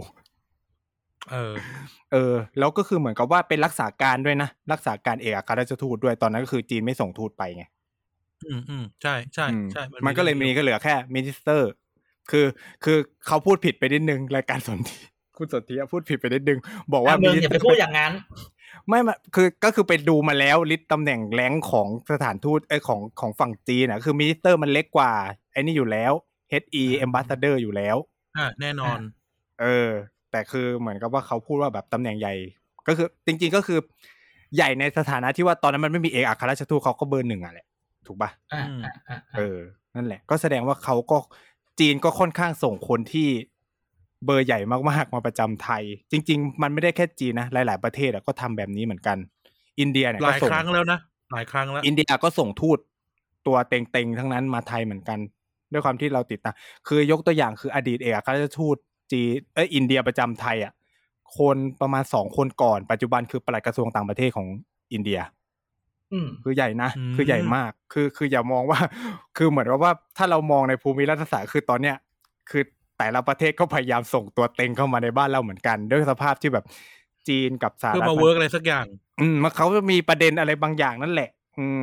แล้วก็คือเหมือนกับว่าเป็นรักษาการด้วยนะรักษาการเอกอัครราชทูตด้วยตอนนั้นก็คือจีนไม่ส่งทูตไปไงใช่ใช่ใช่มันก็เลยมีก็เหลือแค่มินิสเตอร์คือเขาพูดผิดไปนิดนึงรายการสนธิคุณสนธิพูดผิดไปนิดนึงบอกว่ามึงอย่าไปพูดอย่างนั้นไม่ก็คือไปดูมาแล้วลิสต์ตำแหน่งแรงของสถานทูตของฝั่งจีนน่ะคือมินิสเตอร์มันเล็กกว่าไอ้นี่อยู่แล้ว HE Ambassador อยู่แล้วแน่นอนแต่คือเหมือนกับว่าเขาพูดว่าแบบตำแหน่งใหญ่ก็คือจริงๆก็คือใหญ่ในสถานะที่ว่าตอนนั้นมันไม่มีเอกอัครราชทูตเขาก็เบอร์1อ่ะแหละถูกป่ะนั่นแหละก็แสดงว่าเขาก็จีนก็ค่อนข้างส่งคนที่เบอร์ใหญ่มากๆมาประจำไทยจริงๆมันไม่ได้แค่จีนนะหลายๆประเทศก็ทำแบบนี้เหมือนกันอินเดียเนี่ยหลายครั้งแล้วนะหลายครั้งแล้วอินเดียก็ส่งทูตตัวเต็งๆทั้งนั้นมาไทยเหมือนกันด้วยความที่เราติดตามคือยกตัวอย่างคืออดีตเอกอัครราชทูตจีนอินเดียประจำไทยอ่ะคนประมาณ2คนก่อนปัจจุบันคือปลัดกระทรวงต่างประเทศของอินเดียคือใหญ่นะคือใหญ่มากคืออย่ามองว่าคือเหมือนว่าถ้าเรามองในภูมิรัฐศาสตร์คือตอนเนี้ยคือแต่ละประเทศก็พยายามส่งตัวเต็งเข้ามาในบ้านเราเหมือนกันด้วยสภาพที่แบบจีนกับสหรัฐเพื่อมาเวิร์กอะไรสักอย่างมันเขาจะมีประเด็นอะไรบางอย่างนั่นแหละ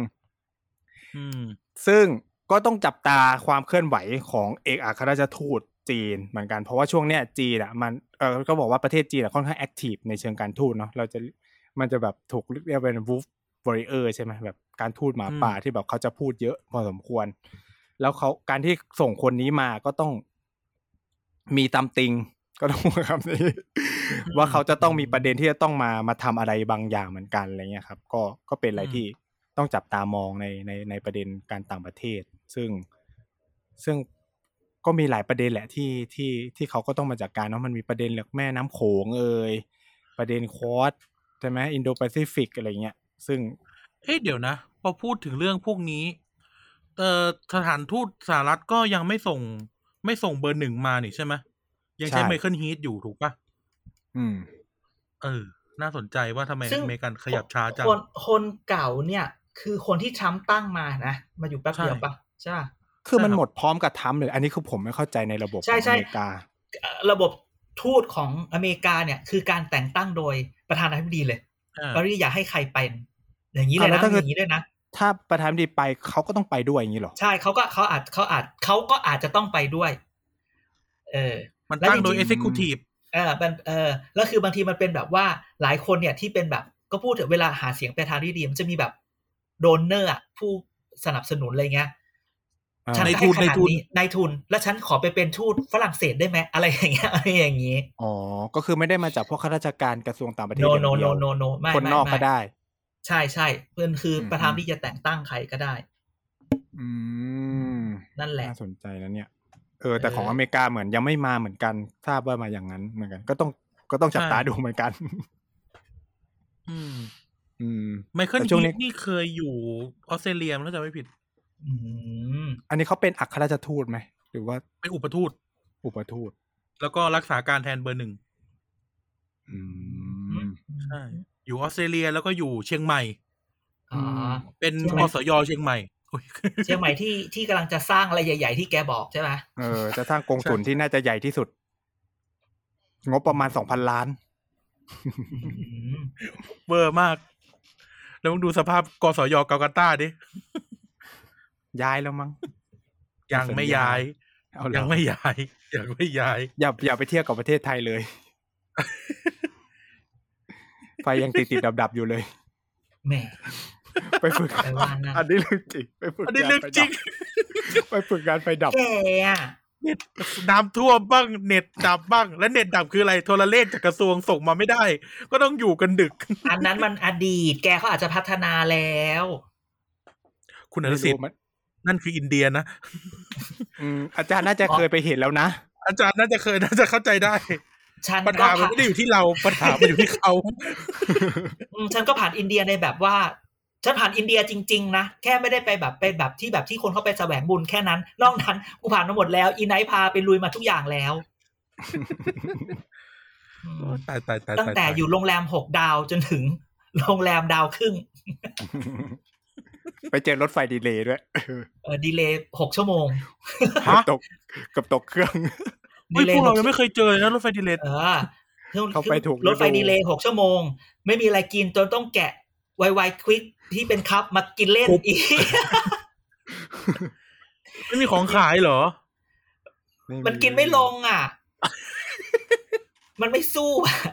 ซึ่งก็ต้องจับตาความเคลื่อนไหวของเอกอัครราชทูตจีนเหมือนกันเพราะว่าช่วงเนี้ยจีนอ่ะมันก็บอกว่าประเทศจีนค่อนข้างแอคทีฟในเชิงการทูตเนาะมันจะแบบถูกเรียกเป็นวูฟวอริเออร์ใช่ไหมแบบการทูตหมาป่าที่แบบเขาจะพูดเยอะพอสมควรแล้วเขาการที่ส่งคนนี้มาก็ต้องมีตำติงก็ต้องคำนี้ว่าเขาจะต้องมีประเด็นที่จะต้องมาทำอะไรบางอย่างเหมือนกันอะไรเงี้ยครับก็เป็นอะไรที่ต้องจับตามองในประเด็นการต่างประเทศซึ่งก็มีหลายประเด็นแหละที่เขาก็ต้องมาจัดการเนาะมันมีประเด็นเรื่องแม่น้ำโขงประเด็นควอดใช่ไหมอินโดแปซิฟิกอะไรเงี้ยซึ่งเดี๋ยวนะพอพูดถึงเรื่องพวกนี้สถานทูตสหรัฐก็ยังไม่ส่งเบอร์1มานี่ใช่ไหมยังใช้ไมเคิลฮีทอยู่ถูกป่ะน่าสนใจว่าทำไมอเมริกันขยับช้าจังคนเก่าเนี่ยคือคนที่ทรัมป์ตั้งมานะมาอยู่แป๊บเดียวป่ะใช่คือมันหมดพร้อมกับทรัมป์เลยอันนี้คือผมไม่เข้าใจในระบบของอเมริการะบบทูตของอเมริกาเนี่ยคือการแต่งตั้งโดยประธานาธิบดีเลยแล้วอยากให้ใครเป็นอย่างนี้เลยนะอย่างนี้ด้วยนะถ้าประธานาธิบดีไปเขาก็ต้องไปด้วยอย่างนี้หรอใช่เขาก็อาจจะต้องไปด้วยมันตั้งโดย executive แล้วคือบางทีมันเป็นแบบว่าหลายคนเนี่ยที่เป็นแบบก็พูดถึงเวลาหาเสียงประธานาธิบดีมันจะมีแบบโดนเนอร์ผู้สนับสนุนอะไรเงี้ยฉันให้ขนาดนี้นายทุนแล้วฉันขอไปเป็นทูตฝรั่งเศสได้ไหมอะไรอย่างเงี้ยก็คือไม่ได้มาจากพวกข้าราชการกระทรวงต่างประเทศอย่างเดียวคนนอกก็ได้ใช่เพื่อนคือประธานที่จะแต่งตั้งใครก็ได้นั่นแหละน่าสนใจแล้วเนี่ยแต่ของอเมริกาเหมือนยังไม่มาเหมือนกันทราบว่ามาอย่างนั้นเหมือนกันก็ต้องจับตาดูเหมือนกันไมเคิลฮีทนี่เคยอยู่ออสเตรเลียถ้าจำไม่ผิดอันนี้เขาเป็นอัครราชทูตไหมหรือว่าเป็นอุปทูตแล้วก็รักษาการแทนเบอร์1ใช่อยู่ออสเตรเลียแล้วก็อยู่เชียงใหม่เป็นอสย.เชียงใหม่เชียงใหม่ที่กำลังจะสร้างอะไรใหญ่ๆที่แกบอกใช่ไหมจะสร้างกงสุลที่น่าจะใหญ่ที่สุดงบประมาณ 2,000 ล้านเบอร์มากแล้วมึงดูสภาพกสย.กาลกัตตาดิย้ายแล้วมั้งยังไม่ย้ายอย่าไปเทียบกับประเทศไทยเลยไฟยังติดดับอยู่เลยแหมไปฝึกอันนี้เรื่องจริงไปฝึกงานไฟดับแกเน็ตน้ำท่วมบ้างเน็ตดับบ้างแล้วเน็ตดับคืออะไรโทรเลขจากกระทรวงส่งมาไม่ได้ก็ต้องอยู่กันดึกอันนั้นมันอดีตแกเขาอาจจะพัฒนาแล้วคุณอนุสิทธิ์นั่นคืออินเดียนะอาจารย์น่าจะเคยไปเห็นแล้วนะอาจารย์น่าจะเข้าใจได้ปัญหามันไม่ได้อยู่ที่เราปัญหามันอยู่ที่เขาฉันก็ผ่านอินเดียในแบบว่าฉันผ่านอินเดียจริงๆนะแค่ไม่ได้ไปแบบที่คนเข้าไปแสวงบุญแค่นั้นนอกนั้นกูผ่านมาหมดแล้วอีไนท์พาไปลุยมาทุกอย่างแล้วตายตั้งแต่อยู่โรงแรม6 ดาวจนถึงโรงแรมดาวครึ่งไปเจอรถไฟดีเลย์ด้วยดีเลย์6 ชั่วโมงกับตกเครื่องพวกเรายังไม่เคยเจอนะรถไฟดีเลย์เขาไปถูกรถไฟดีเลย์6 ชั่วโมงไม่มีอะไรกินจนต้องแกะไวๆควิกที่เป็นคัพมากินเล่นอีกไม่มีของขายเหรอมันกินไม่ลงอ่ะมันไม่สู้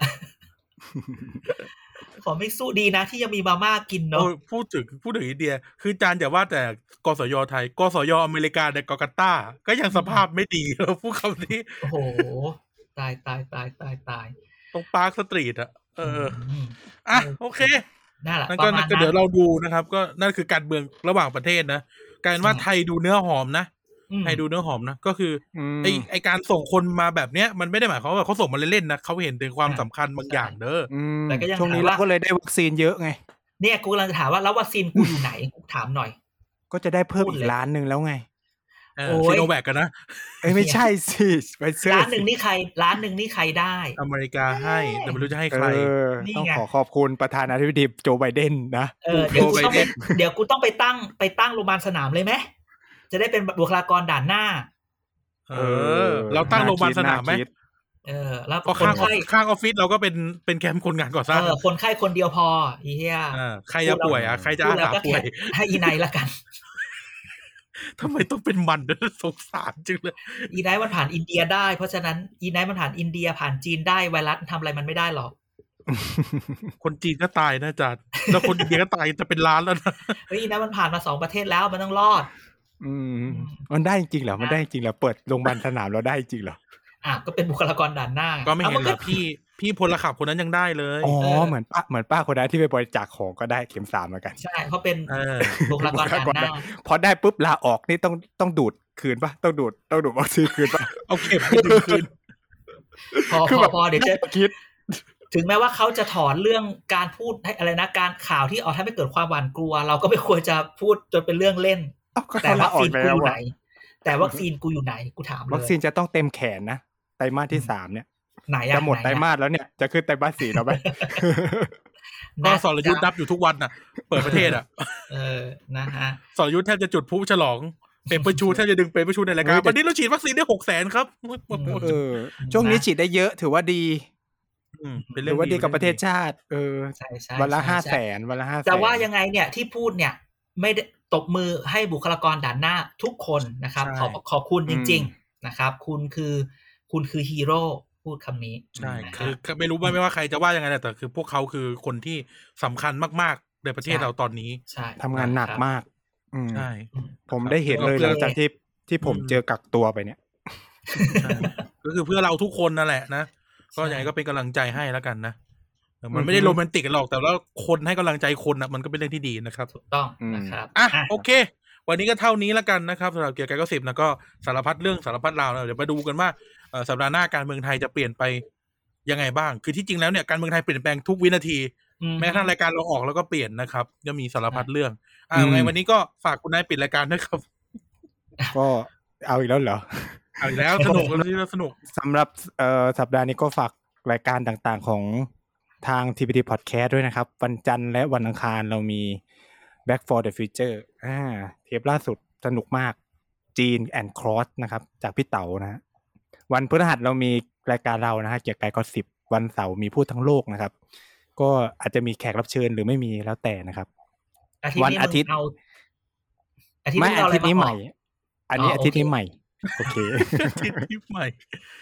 ขอไม่สู้ดีนะที่ยังมีมาม่ากินเนาะพูดถึงอินเดียคือจานอย่าว่าแต่กสยไทยกสยอเมริกาในกาตาร์ก็ยังสภาพไม่ดีแล้วพูดคำนี้โอ้โหตายตรงปาร์คสตรีทอ่ะอ่ะโอเคนั่นแหละก็เดี๋ยวเราดูนะครับก็นั่นคือการเมืองระหว่างประเทศนะกลายเป็นว่าไทยดูเนื้อหอมนะให้ดูเนื้อหอมนะก็คือไอการส่งคนมาแบบเนี้ยมันไม่ได้หมายความว่าเขาส่งมาเล่นๆนะเขาเห็นถึงความสำคัญบางอย่างเด้อแต่ก็ยังช่วงนี้เราก็เลยได้วัคซีนเยอะไงเนี่ยกูกำลังถามว่าแล้ววัคซีนกูอยู่ไหนถามหน่อยก็จะได้เพิ่มอีกล้านนึงแล้วไงซีโนแวคกันนะไม่ใช่สิไปซื้อล้านนึงนี่ใครได้อเมริกาให้แต่ไม่รู้จะให้ใครต้องขอบคุณประธานาธิบดีโจไบเดนนะเดี๋ยวกูต้องไปตั้งโรงพยาบาลสนามเลยไหมจะได้เป็นบุคลากรด่านหน้าเราตั้งโรงพยาบาลสนามไหมแล้วคนข้างออฟฟิศเราก็เป็นแคมป์คนงานก่อสร้างคนไข้คนเดียวพออีเหี้ยใครจะป่วยใครจะอาสาป่วยให้อีไนท์ละกันทำไมต้องเป็นมันสงสารจังเลยอีไนท์มันผ่านอินเดียได้เพราะฉะนั้นอีไนท์มันผ่านอินเดียผ่านจีนได้ไวรัสทำอะไรมันไม่ได้หรอกคนจีนก็ตายนะจ๊ะแล้วคนอินเดียก็ตายจะเป็นล้านแล้วนะอีไนท์มันผ่านมา2 ประเทศแล้วมันต้องรอดมันได้จริงเหรอมันได้จริงเหรอเปิดโรงพยาบาลสนามเราได้จริงเหรอก็เป็นบุคลากรด่านหน้าก็ไม่เห็นเหรอพี่พลขับคนนั้นยังได้เลยเหมือนป้าคนนั้นที่ไปบริจาคของก็ได้เข็ม3เหมือนกันใช่เขาเป็นบุคลากรด่านหน้าพอได้ปุ๊บลาออกนี่ต้องดูดคืนป่ะต้องดูดวัคซีนคืนป่ะเอาเก็บคืนพอเดี๋ยวจะคิดถึงแม้ว่าเขาจะถอนเรื่องการพูดอะไรนะการข่าวที่ทำให้เกิดความหวาดกลัวเราก็ไม่ควรจะพูดจนเป็นเรื่องเล่นแต่วัคซีนกูอยู่ไหนกูถามเลยวัคซีนจะต้องเต็มแขนนะไตรมาสที่3เนี่ยไหนจะหมดไตรมาสแล้วเนี่ยจะขึ้นไตรมาส4แล้วไหมก็สรยุทธ์นับอยู่ทุกวันน่ะเปิดประเทศอ่ะนะฮะสรยุทธ์แทบจะจุดพลุฉลองเปเปอร์ชูแทบจะดึงเปเปอร์ชูในรายการวันนี้เราฉีดวัคซีนได้ 600,000 ครับช่วงนี้ฉีดได้เยอะถือว่าดีเป็นเรื่องดีกับประเทศชาติวันละ 500,000 วันละ 500,000 แต่ว่ายังไงเนี่ยที่พูดเนี่ยไม่ได้ตบมือให้บุคลากรด่านหน้าทุกคนนะครับขอบคุณจริงๆนะครับคุณคือฮีโร่พูดคำนี้ใช่คือไม่รู้ไม่ว่าใครจะว่ายังไงแต่คือพวกเขาคือคนที่สำคัญมากๆในประเทศเราตอนนี้ทำงานหนักมากใช่ผมได้เห็นเลยหลังจากที่ผมเจอกักตัวไปเนี่ยก็คือเพื่อเราทุกคนนั่นแหละนะก็ยังไงก็เป็นกำลังใจให้แล้วกันนะมันไม่ได้โรแมนติกหรอกแต่ว่าคนให้กำลังใจคนนะมันก็เป็นเรื่องที่ดีนะครับถูกต้องนะครับโอเควันนี้ก็เท่านี้แล้วกันนะครับสำหรับเกียร์กาย90นะก็สารพัดเรื่องสารพัดราวเดี๋ยวมาดูกันว่าสัปดาห์หน้าการเมืองไทยจะเปลี่ยนไปยังไงบ้างคือที่จริงแล้วเนี่ยการเมืองไทยเปลี่ยนแปลงทุกวินาทีแม้กระทั่งรายการเราออกแล้วก็เปลี่ยนนะครับก็มีสารพัดเรื่องไงวันนี้ก็ฝากคุณนายปิดรายการด้วยครับก็เอาอีกแล้วเหรอเอาอีกแล้วสนุกแล้วสนุกสำหรับสัปดาห์นี้ก็ฝากรายการต่างๆของทาง TPT Podcast ด้วยนะครับวันจันทร์และวันอังคารเรามี Back for the Future เทปล่าสุดสนุกมากจีนแอนด์ครอสนะครับจากพี่เต๋านะวันพฤหัสเรามีรายการเรานะฮะเกียร์กาย90วันเสาร์มีพูดทั้งโลกนะครับก็อาจจะมีแขกรับเชิญหรือไม่มีแล้วแต่นะครับวันอาทิตย์ไม่อาทิตย์นี้ใหม่อันนี้อาทิตย์นี้ใหม่โอเคอาทิตย์นี้ใหม่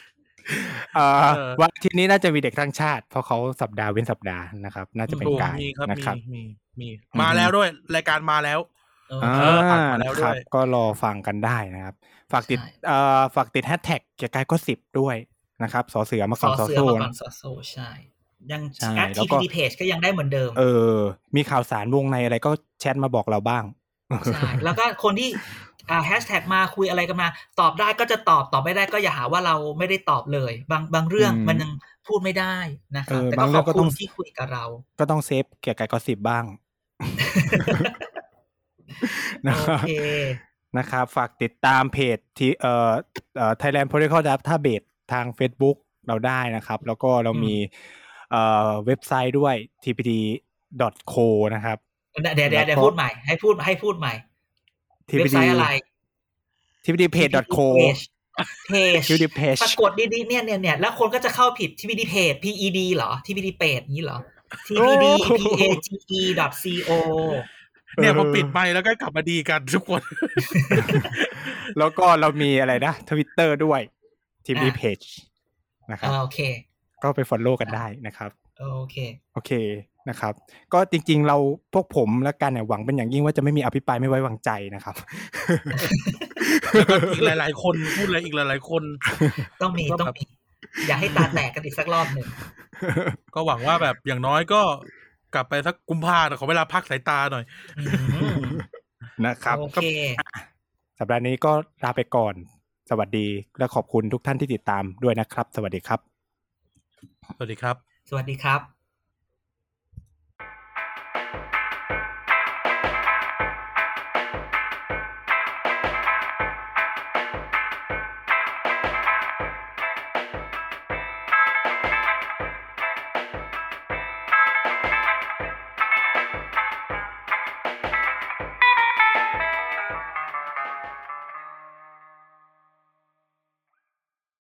วันอาทิตย์นี้น่าจะมีเด็กทั้งชาติเพราะเขาสัปดาห์เว้นสัปดาห์นะครับน่าจะเป็นกายนะครับมีมาแล้วด้วยรายการมาแล้วครับก็รอฟังกันได้นะครับฝากติดแฮชแท็กเกียร์กาย90ด้วยนะครับสอเสือมาก่อนสอโซ่ใช่ยังแอด TPT Page ก็ยังได้เหมือนเดิมมีข่าวสารวงในอะไรก็แชทมาบอกเราบ้างใช่แล้วก็คนที่แฮชแท็กมาคุยอะไรกันมาตอบได้ก็จะตอบไม่ได้ก็อย่าหาว่าเราไม่ได้ตอบเลยบางเรื่องมันยังพูดไม่ได้นะครับแต่ก็ขอบคุณที่คุยกับเราก็ต้องเซฟเกียร์กาย90บ้างนะครับฝากติดตามเพจที่Thailand Political Database ทาง Facebook เราได้นะครับแล้วก็เรามีเว็บไซต์ด้วย tpt.co นะครับเดี๋ยวพูดใหม่ให้พูดใหม่เว็บไซต์อะไร tvdpage.co page สะกดดีๆเนี่ยแล้วคนก็จะเข้าผิด tvd page ped เหรอ tvd page นี้เหรอ tvdpage.co เนี่ยพอปิดไปแล้วก็กลับมาดีกันทุกคนแล้วก็เรามีอะไรนะ Twitter ด้วย tvdpage นะครับโอเคก็ไป follow กันได้นะครับโอเคนะครับก็จริงๆเราพวกผมและกันเนี่ยหวังเป็นอย่างยิ่งว่าจะไม่มีอภิปรายไม่ไว้วางใจนะครับอีกหลายๆคนพูดอะไรอีกหลายๆคนต้องมีอย่าให้ตาแตกกันอีกสักรอบหนึ่งก็หวังว่าแบบอย่างน้อยก็กลับไปสักกุมภาพันธ์ขอเวลาพักสายตาหน่อยนะครับโอเคสัปดาห์นี้ก็ลาไปก่อนสวัสดีและขอบคุณทุกท่านที่ติดตามด้วยนะครับสวัสดีครับสวัสดีครับสวัสดีครับ